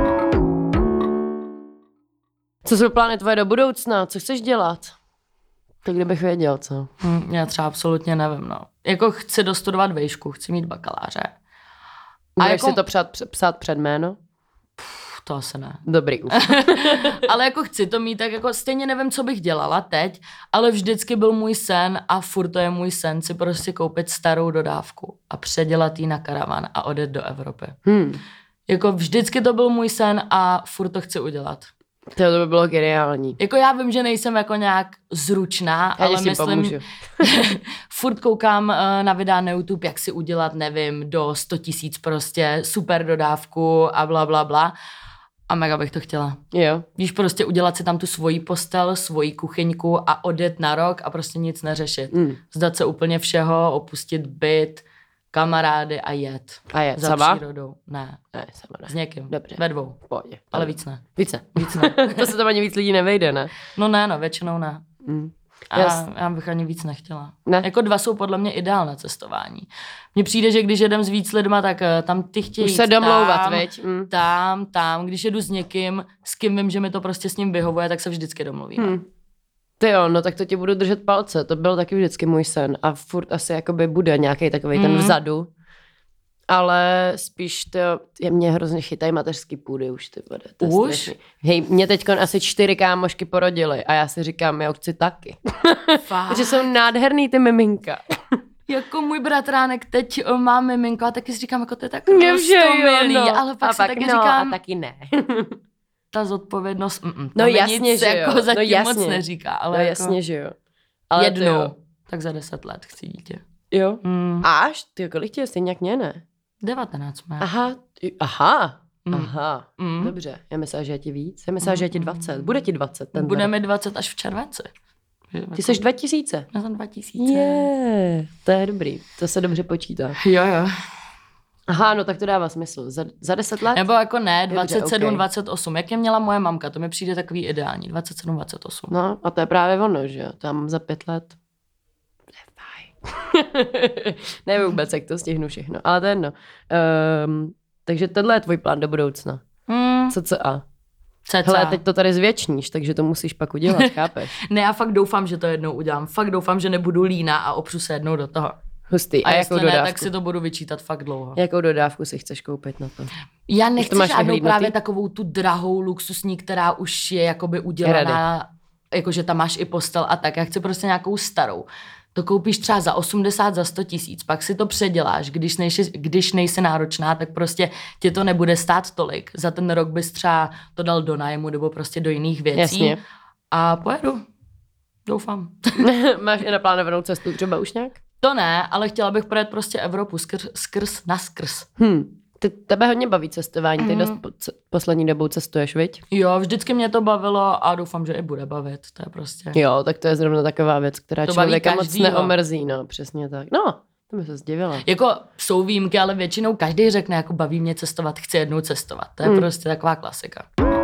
Co jsou plány tvoje do budoucna? Co chceš dělat? To kdybych věděl, co? Já třeba absolutně nevím, no. Jako chci dostudovat vejšku, chci mít bakaláře. Budeš jako... si to psát před jméno? To asi ne. Dobrý. Ale jako chci to mít, tak jako stejně nevím, co bych dělala teď, ale vždycky byl můj sen a furt to je můj sen si prostě koupit starou dodávku a předělat ji na karavan a odjet do Evropy. Jako vždycky to byl můj sen a furt to chci udělat. To by bylo geniální. Jako já vím, že nejsem jako nějak zručná, ale myslím, furt koukám na videa na YouTube, jak si udělat, nevím, do 100 000 prostě super dodávku a bla, bla, bla. A mega bych to chtěla. Jo. Víš, prostě udělat si tam tu svoji postel, svoji kuchyňku a odjet na rok a prostě nic neřešit. Zdat se úplně všeho, opustit byt, kamarády a jet. A jet za sama? Přírodou. Ne, sama ne. S někým. Dobře. Ve dvou. Pohodě. Ale víc ne. Víc ne. To se tam ani víc lidí nevejde, ne? No, většinou ne. A já bych ani víc nechtěla. Ne? Jako 2 jsou podle mě ideál na cestování. Mně přijde, že když jedem s víc lidma, tak tam ty chtějí už se domlouvat, veď? Tam. Když jedu s někým, s kým vím, že mi to prostě s ním vyhovuje, tak se vždycky domluvíme. Ty jo, no tak to ti budu držet palce. To byl taky vždycky můj sen. A furt asi jakoby bude nějaký takovej ten vzadu. Ale spíš mě hrozně chytají mateřský půdy už, ty vode. Už? Hej, mě teď asi 4 kámošky porodily a já si říkám, já už chci taky. Že jsou nádherný ty miminka. Jako můj bratránek teď má miminko a taky si říkám, jako to je tak rostomilý, no. ale pak a si pak taky no, říkám, a taky ne. Ta zodpovědnost, no jasně, nic že jako jo. zatím no, jasně. moc neříká. Ale no jako jasně, že jo. Ale jednou, tak za 10 let chci dítě. Jo? Až? Ty kolik tě je stejně jak mě, ne? 19 má. Aha. Dobře. Já myslela, že je ti víc. Já myslela, že je ti 20. Bude ti 20. Bude mi 20 až v červenci. Ty jsi 2000? Já jsem 2000. To je dobrý. To se dobře počítá. Jo. Aha, no tak to dává smysl. Za 10 let? Nebo jako ne, 27, okay. 28. Jak je měla moje mamka, to mi přijde takový ideální. 27, 28. No a to je právě ono, že jo? Tam za 5 let. Nevím vůbec, jak to stihnu všechno, ale to je jedno. Takže tenhle je tvůj plán do budoucna. CCA. Hele, teď to tady zvětšníš, takže to musíš pak udělat, chápeš? Ne, já fakt doufám, že to jednou udělám. Fakt doufám, že nebudu lína a opřu se jednou do toho. Hustý. A jakou dodávku? Ne, tak si to budu vyčítat fakt dlouho. Jakou dodávku si chceš koupit na to? Já nechci žádnou právě takovou tu drahou luxusní, která už je jakoby udělaná, jakože tam máš i postel a tak. Já chci prostě nějakou starou. To koupíš třeba za 80, za 100 tisíc, pak si to předěláš, když nejsi náročná, tak prostě tě to nebude stát tolik. Za ten rok bys třeba to dal do nájmu nebo prostě do jiných věcí. Jasně. A pojedu. Doufám. Máš i naplánovanou cestu třeba už nějak? To ne, ale chtěla bych projet prostě Evropu skrz. Tebe hodně baví cestování, ty dost poslední dobou cestuješ, viď? Jo, vždycky mě to bavilo a doufám, že i bude bavit, to je prostě. Jo, tak to je zrovna taková věc, která to člověka moc neomrzí, no, přesně tak. No, to by se zdivila. Jako jsou výjimky, ale většinou každý řekne, jako baví mě cestovat, chci jednou cestovat, to je prostě taková klasika.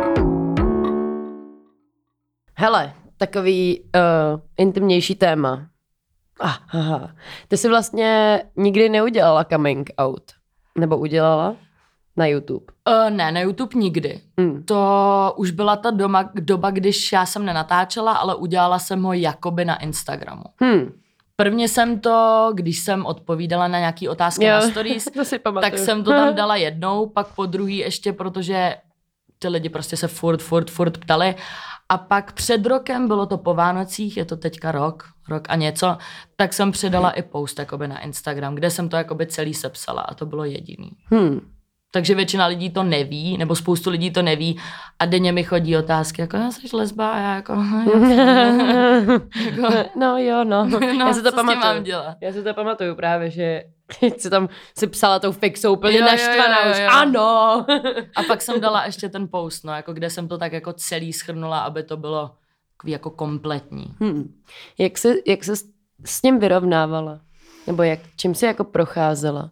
Hele, takový intimnější téma. Ty jsi vlastně nikdy neudělala coming out. Nebo udělala? Na YouTube? Ne, na YouTube nikdy. To už byla ta doba, když já jsem nenatáčela, ale udělala jsem ho jakoby na Instagramu. Prvně jsem to, když jsem odpovídala na nějaký otázky na stories, tak jsem to tam dala jednou, pak po druhý ještě, protože ty lidi prostě se furt ptali. A pak před rokem, bylo to po Vánocích, je to teďka rok a něco, tak jsem přidala i post jakoby na Instagram, kde jsem to jakoby celý sepsala a to bylo jediný. Takže většina lidí to neví, nebo spoustu lidí to neví a denně mi chodí otázky, jako jsi lesba a já jako... No jo, no. Já si to pamatuju. Já si to pamatuju právě, že si psala tou fixou úplně naštvaná už. Ano! A pak jsem dala ještě ten post, no, jako kde jsem to tak jako celý shrnula, aby to bylo jako kompletní. Jak se s tím vyrovnávala? Nebo čím jsi jako procházela?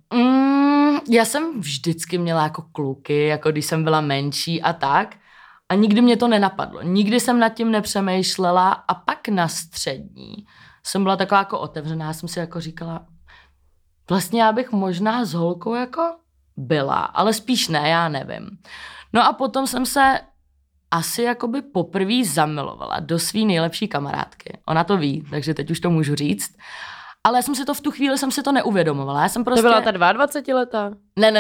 Já jsem vždycky měla jako kluky, jako když jsem byla menší a tak. A nikdy mě to nenapadlo. Nikdy jsem nad tím nepřemýšlela a pak na střední jsem byla taková jako otevřená. Jsem si jako říkala, vlastně já bych možná s holkou jako byla, ale spíš ne, já nevím. No a potom jsem se asi jakoby poprvé zamilovala do svý nejlepší kamarádky. Ona to ví, takže teď už to můžu říct. Ale já jsem si to v tu chvíli neuvědomovala. Já jsem prostě... To byla ta 22letá?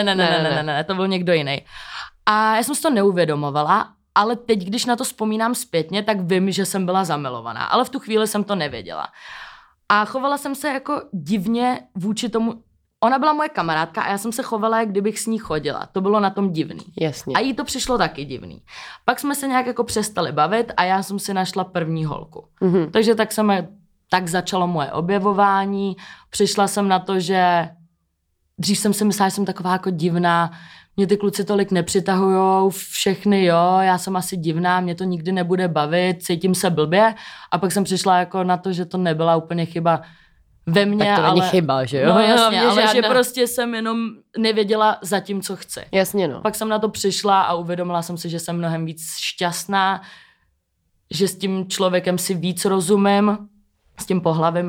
Ne, to byl někdo jiný. A já jsem si to neuvědomovala, ale teď, když na to vzpomínám zpětně, tak vím, že jsem byla zamilovaná. Ale v tu chvíli jsem to nevěděla. A chovala jsem se jako divně vůči tomu... Ona byla moje kamarádka a já jsem se chovala, jak kdybych s ní chodila. To bylo na tom divný. Jasně. A jí to přišlo taky divný. Pak jsme se nějak jako přestali bavit a já jsem si našla první holku. Takže tak začalo moje objevování. Přišla jsem na to, že dřív jsem si myslela, že jsem taková jako divná. Mě ty kluci tolik nepřitahujou, všechny jo, já jsem asi divná, mě to nikdy nebude bavit, cítím se blbě. A pak jsem přišla jako na to, že to nebyla úplně chyba ve mně. Tak to není chyba, že jo? No jasně, ale že prostě jsem jenom nevěděla zatím, co chci. Jasně, no. Pak jsem na to přišla a uvědomila jsem si, že jsem mnohem víc šťastná, že s tím člověkem si víc rozumím, s tím pohlavím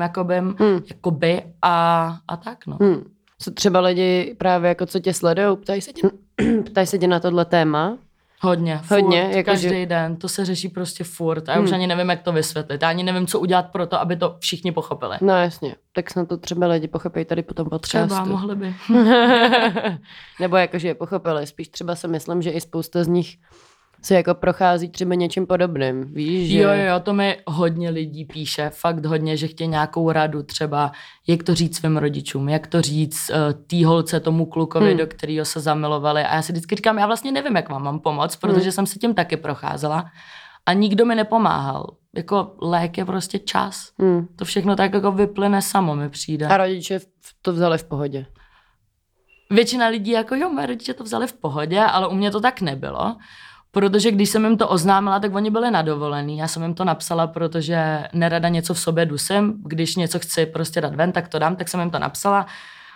jakoby a tak, no. Co třeba lidi právě jako co tě sledujou, ptají se tě na tohle téma? Hodně, jako každý den, to se řeší prostě furt a já už ani nevím, jak to vysvětlit, já ani nevím, co udělat pro to, aby to všichni pochopili. No jasně, tak snad to třeba lidi pochopí tady potom podcastu. Třeba, mohli by. Nebo jakože je pochopili, spíš třeba si myslím, že i spousta z nich se jako prochází třeba něčím podobným, víš, že... Jo, to mi hodně lidí píše, fakt hodně, že chtějí nějakou radu třeba, jak to říct svým rodičům, jak to říct tý holce, tomu klukovi, do kterého se zamilovali a já si vždycky říkám, já vlastně nevím, jak vám mám pomoct, protože jsem se tím taky procházela a nikdo mi nepomáhal. Jako lék je prostě čas. To všechno tak jako vyplyne samo, mi přijde. A rodiče to vzali v pohodě? Většina lidí jako moje rodiče to vzali v pohodě, ale u mě to tak nebylo. Protože když jsem jim to oznámila, tak oni byli na dovolený. Já jsem jim to napsala, protože nerada něco v sobě dusím. Když něco chci prostě dát ven, tak to dám, tak jsem jim to napsala.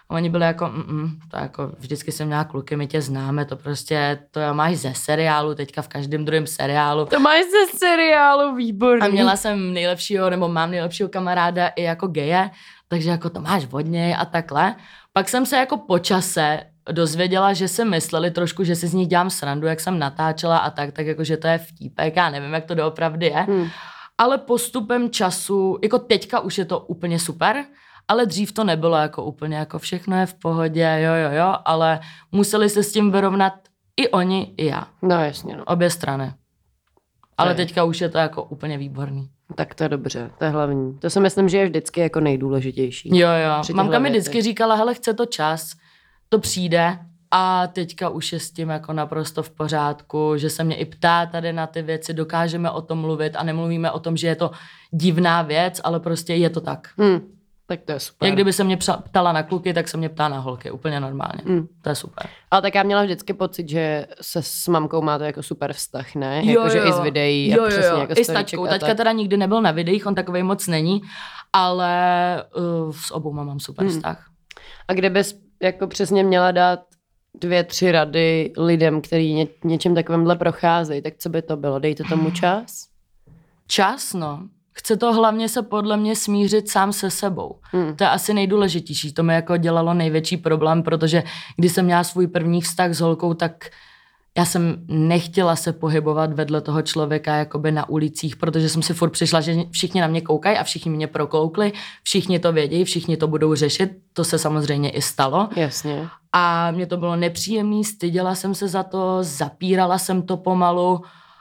A oni byli jako, to jako vždycky jsem měla kluky, my tě známe, to prostě, to máš ze seriálu, teďka v každém druhém seriálu. To máš ze seriálu, výborný. A měla jsem nejlepšího, nebo mám nejlepšího kamaráda i jako geje, takže jako to máš od něj a takhle. Pak jsem se jako po čase dozvěděla, že si mysleli trošku, že si z nich dělám srandu, jak jsem natáčela a tak jako, že to je vtípek, já nevím, jak to doopravdy je. Ale postupem času, jako teďka už je to úplně super, ale dřív to nebylo jako úplně, jako všechno je v pohodě, jo, ale museli se s tím vyrovnat i oni, i já. No jasně, no. Obě strany. Ale teďka už je to jako úplně výborný. Tak to je dobře, to je hlavní. To si myslím, že je vždycky jako nejdůležitější. Jo. Mamka mi vždycky říkala, hele, chce to čas, to přijde a teďka už je s tím jako naprosto v pořádku, že se mě i ptá tady na ty věci, dokážeme o tom mluvit a nemluvíme o tom, že je to divná věc, ale prostě je to tak. Tak to je super. Jak kdyby se mě ptala na kluky, tak se mě ptá na holky, úplně normálně. To je super. Ale tak já měla vždycky pocit, že se s mamkou máte jako super vztah, ne? Jakože i z videí a přesně jako i s taťkou. Taťka teda nikdy nebyl na videích, on takovej moc není, ale s obouma mám super vztah. A kde bys jako přesně měla dát 2-3 rady lidem, kteří něčím takovýmhle procházejí, tak co by to bylo? Dejte tomu čas? Čas, no. Chce to hlavně se podle mě smířit sám se sebou. To je asi nejdůležitější. To mi jako dělalo největší problém, protože když jsem měla svůj první vztah s holkou, tak já jsem nechtěla se pohybovat vedle toho člověka jakoby na ulicích, protože jsem si furt přišla, že všichni na mě koukají a všichni mě prokoukli, všichni to vědějí, všichni to budou řešit. To se samozřejmě i stalo. Jasně. A mě to bylo nepříjemné, styděla jsem se za to, zapírala jsem to pomalu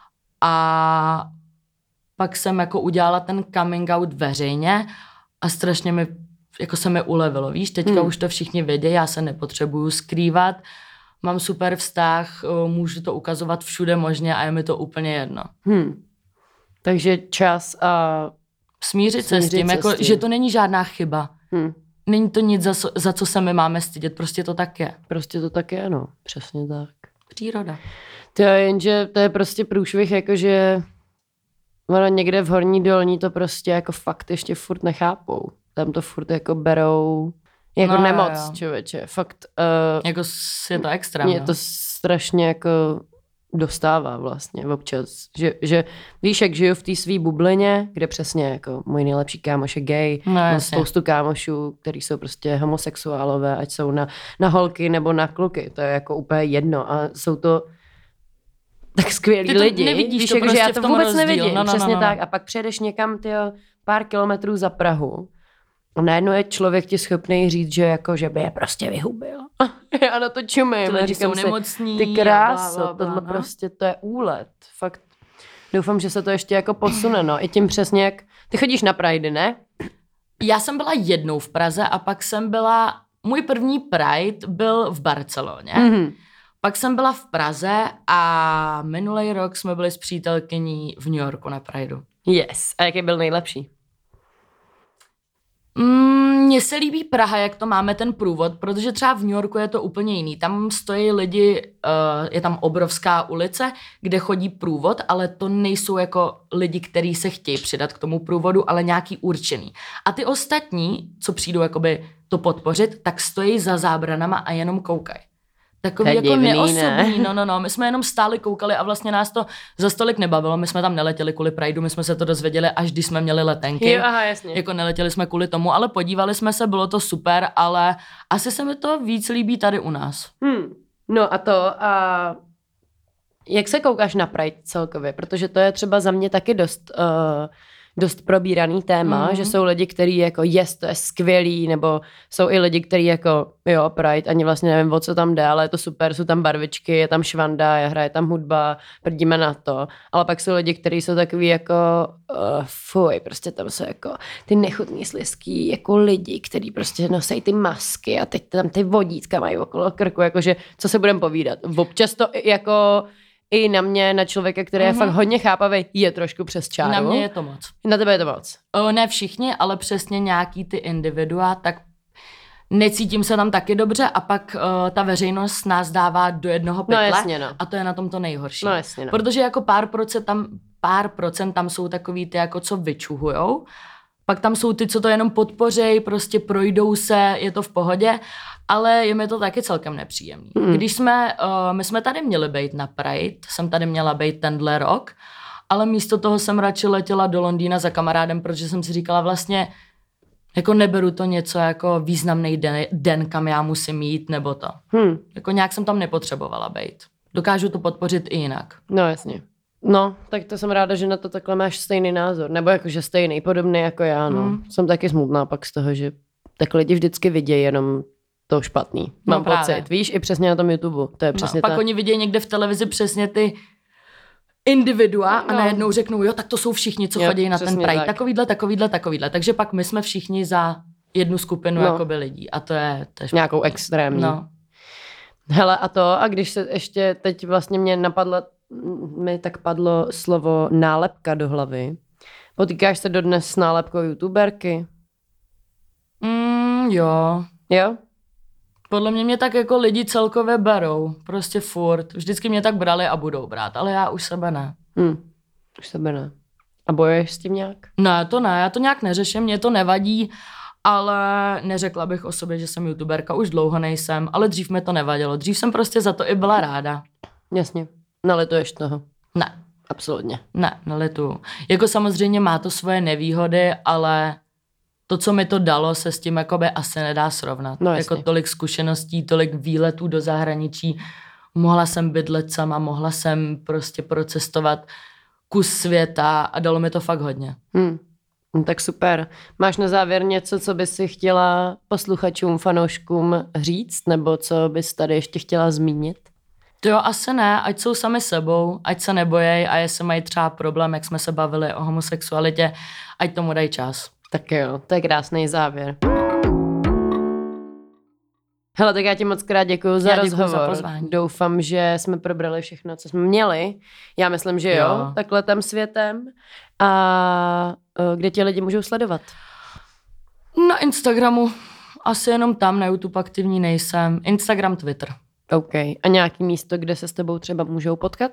a pak jsem jako udělala ten coming out veřejně a strašně se mi ulevilo. Víš, teďka už to všichni vědí, já se nepotřebuju skrývat, mám super vztah, můžu to ukazovat všude možně a je mi to úplně jedno. Takže čas a smířit se s tím, jako, že to není žádná chyba. Není to nic, za co se my máme stydět, prostě to tak je. Prostě to tak je, no, přesně tak. Příroda. To je jenže to je prostě průšvih, jakože ono někde v horní dolní to prostě jako fakt ještě furt nechápou. Tam to furt jako berou jako nemoc, člověče. Fakt. Jako je to extra. Mě to strašně jako dostává vlastně občas. Že víš, jak žiju v té svý bublině, kde přesně jako můj nejlepší kámoš je gay, mám spoustu kámošů, který jsou prostě homosexuálové, ať jsou na holky nebo na kluky. To je jako úplně jedno a jsou to tak skvělí lidi. Nevidíš víš, to jako, prostě že já to vůbec nevidím. Přesně tak. No. A pak přijedeš někam pár kilometrů za Prahu a najednou je člověk ti schopný říct, že jako, že by je prostě vyhubil. Já na to čumím. A říkám si, nemocní, ty kráso, bla, bla, tohle prostě to je úlet. Fakt. Doufám, že se to ještě jako posune, no. I tím přesně jak... Ty chodíš na Pride, ne? Já jsem byla jednou v Praze a pak jsem byla... Můj první Pride byl v Barceloně. Pak jsem byla v Praze a minulý rok jsme byli s přítelkyní v New Yorku na Prideu. Yes. A jaký byl nejlepší? Mně se líbí Praha, jak to máme ten průvod, protože třeba v New Yorku je to úplně jiný. Tam stojí lidi, je tam obrovská ulice, kde chodí průvod, ale to nejsou jako lidi, kteří se chtějí přidat k tomu průvodu, ale nějaký určený. A ty ostatní, co přijdou jakoby to podpořit, tak stojí za zábranama a jenom koukají. Takový jako divný, neosobní, ne? no. My jsme jenom stáli, koukali a vlastně nás to za stolik nebavilo. My jsme tam neletěli kvůli Prideu, my jsme se to dozvěděli, až když jsme měli letenky. Jo, aha, jasně. Jako neletěli jsme kvůli tomu, ale podívali jsme se, bylo to super, ale asi se mi to víc líbí tady u nás. No a jak se koukáš na Pride celkově? Protože to je třeba za mě taky dost probíraný téma, že jsou lidi, kteří jako to je skvělý, nebo jsou i lidi, kteří jako Pride, ani vlastně nevím, o co tam jde, ale je to super, jsou tam barvičky, je tam švanda, hraje tam hudba, prdíme na to, ale pak jsou lidi, kteří jsou takový jako fuj, prostě tam jsou jako ty nechutný slizký jako lidi, kteří prostě nosí ty masky a teď tam ty vodítka mají okolo krku, jakože co se budeme povídat. Občas to jako i na mě, na člověka, který je fakt hodně chápavý, je trošku přes čáru. Na mě je to moc. Na tebe je to moc. Ne všichni, ale přesně nějaký ty individua, tak necítím se tam taky dobře a pak ta veřejnost nás dává do jednoho pytle. No jasně, no. A to je na tom to nejhorší. No jasně, no. Protože jako pár procent tam jsou takový ty, jako co vyčuhujou, Pak tam jsou ty, co to jenom podpořejí, prostě projdou se, je to v pohodě, ale je mi to taky celkem nepříjemný. Když my jsme tady měli být na Pride, jsem tady měla být tenhle rok, ale místo toho jsem radši letěla do Londýna za kamarádem, protože jsem si říkala vlastně, jako neberu to něco jako významný den, kam já musím jít, nebo to. Jako nějak jsem tam nepotřebovala být. Dokážu to podpořit i jinak. No jasně. No, tak to jsem ráda, že na to takhle máš stejný názor. Nebo jakože stejný, podobný jako já, no. Jsem taky smutná pak z toho, že tak lidi vždycky vidějí jenom to špatný. Mám pocit, víš, i přesně na tom YouTube. To je přesně pak tak. oni vidějí někde v televizi přesně ty individua a najednou řeknou, jo, tak to jsou všichni, co chodí na ten Pride. Tak. Takovýhle. Takže pak my jsme všichni za jednu skupinu jakoby lidí. A to je nějakou extrémní. No. Hele, a když se ještě teď vlastně mi tak padlo slovo nálepka do hlavy. Potýkáš se dodnes s nálepkou youtuberky? Jo. Jo? Podle mě tak jako lidi celkově berou. Prostě furt. Vždycky mě tak brali a budou brát, ale já už sebe ne. Už sebe ne. A bojuješ s tím nějak? Ne, já to nějak neřeším, mě to nevadí, ale neřekla bych o sobě, že jsem youtuberka, už dlouho nejsem, ale dřív mi to nevadilo. Dřív jsem prostě za to i byla ráda. Jasně. Nelituješ toho? Ne. Absolutně. Ne, nelituju. Jako samozřejmě má to svoje nevýhody, ale to, co mi to dalo, se s tím jakoby asi nedá srovnat. No, jako tolik zkušeností, tolik výletů do zahraničí. Mohla jsem bydlet sama, mohla jsem prostě procestovat kus světa a dalo mi to fakt hodně. No, tak super. Máš na závěr něco, co bys si chtěla posluchačům, fanouškům říct, nebo co bys tady ještě chtěla zmínit? To jo, asi ne, ať jsou sami sebou, ať se nebojej a jestli mají třeba problém, jak jsme se bavili o homosexualitě, ať tomu dají čas. Tak jo, to je krásný závěr. Hele, tak já ti moc krát děkuju za rozhovor. Za pozvání. Doufám, že jsme probrali všechno, co jsme měli. Já myslím, že jo. Takhle tam světem. A kde tě lidi můžou sledovat? Na Instagramu. Asi jenom tam, na YouTube aktivní nejsem. Instagram, Twitter. OK. A nějaký místo, kde se s tebou třeba můžou potkat?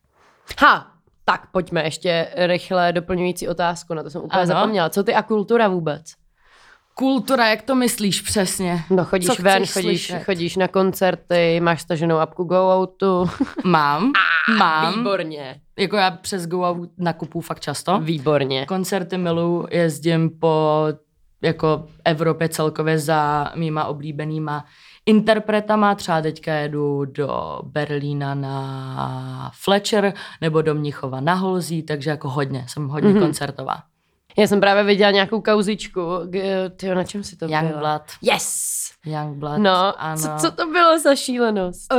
Tak pojďme ještě rychle doplňující otázku, na to jsem úplně zapomněla. Co ty a kultura vůbec? Kultura, jak to myslíš přesně? No chodíš ven, chodíš na koncerty, máš staženou apku GoOutu. Mám. Výborně. Jako já přes GoOut nakupuju fakt často. Výborně. Koncerty miluju, jezdím po jako Evropě celkově za mýma oblíbenýma interpretama, třeba teďka jedu do Berlína na Fletcher nebo do Mnichova na Holzí, takže jako jsem hodně koncertová. Já jsem právě viděla nějakou kauzičku, na čem si to byla? Youngblood. Yes! Youngblood, no, ano. Co to bylo za šílenost?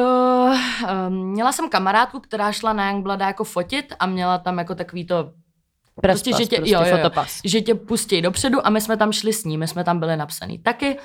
Měla jsem kamarádku, která šla na Youngblood jako fotit a měla tam jako takový to prostě, fotopas. Že tě pustí dopředu a my jsme tam šli s ní, my jsme tam byli napsaný taky.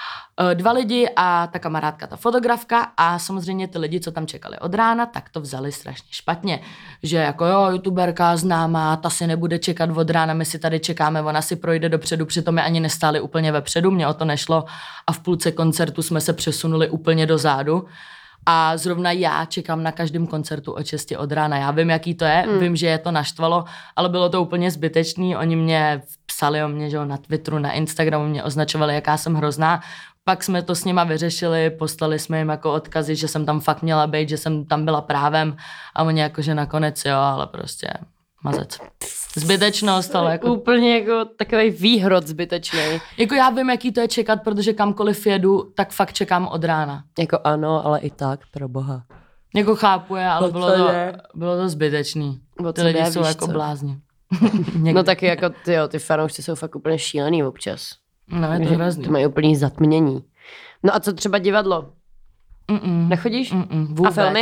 2 lidi a ta kamarádka, ta fotografka a samozřejmě ty lidi, co tam čekali od rána, tak to vzali strašně špatně. Že jako youtuberka známá, ta si nebude čekat od rána, my si tady čekáme, ona si projde dopředu, přitom my ani nestáli úplně vepředu, mně o to nešlo a v půlce koncertu jsme se přesunuli úplně dozadu. A zrovna já čekám na každém koncertu od 6 od rána. Já vím, jaký to je, vím, že je to naštvalo, ale bylo to úplně zbytečný. Oni mě psali o mě, že na Twitteru, na Instagramu mě označovali, jaká jsem hrozná. Pak jsme to s nima vyřešili, poslali jsme jim jako odkazy, že jsem tam fakt měla být, že jsem tam byla právem a oni jakože nakonec jo, ale prostě mazec. Zbytečnost, ale jako... Úplně jako takový výhrod zbytečný. Jako já vím, jaký to je čekat, protože kamkoliv jedu, tak fakt čekám od rána. Jako ano, ale i tak, pro boha. Jako chápu je, ale bylo to zbytečný. Ty lidi jsou jako blázni. No taky jako ty fanoušci jsou fakt úplně šílený občas. No je to hrozný. To mají úplný zatmění. No a co třeba divadlo? Nechodíš? Vůbec. A filmy?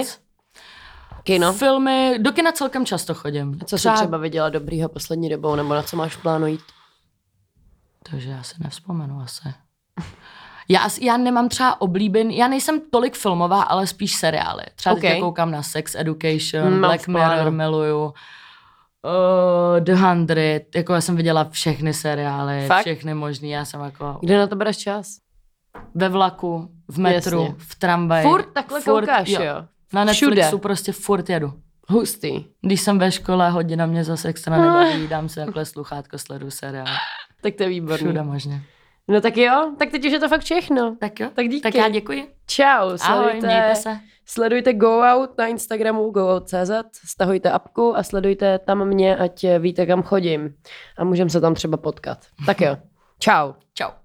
Kino? Filmy, do kina celkem často chodím. A co jsi třeba viděla dobrýho poslední dobou, nebo na co máš v plánu jít? Takže já si nevzpomenu asi. Já nemám třeba já nejsem tolik filmová, ale spíš seriály. Třeba teď koukám na Sex Education, Black Mirror miluju, The 100, jako já jsem viděla všechny seriály, všechny možný, já jsem jako... Kde na to bereš čas? Ve vlaku, v metru, Jasně. v tramvaji. Furt takhle koukáš, jo? Na Netflixu prostě furt jedu. Hustý. Když jsem ve škole, hodina mě zase extra nebaví, dám si takhle sluchátko, sleduju seriál. Tak to je výborný. Všude možně. No tak jo, tak teď už je to fakt všechno. Tak jo, tak díky. Tak já děkuji. Čau, Ahoj, mějte se. Sledujte Go Out na Instagramu goout.cz, stahujte apku a sledujte tam mě, ať víte, kam chodím. A můžeme se tam třeba potkat. Tak jo, čau. Čau.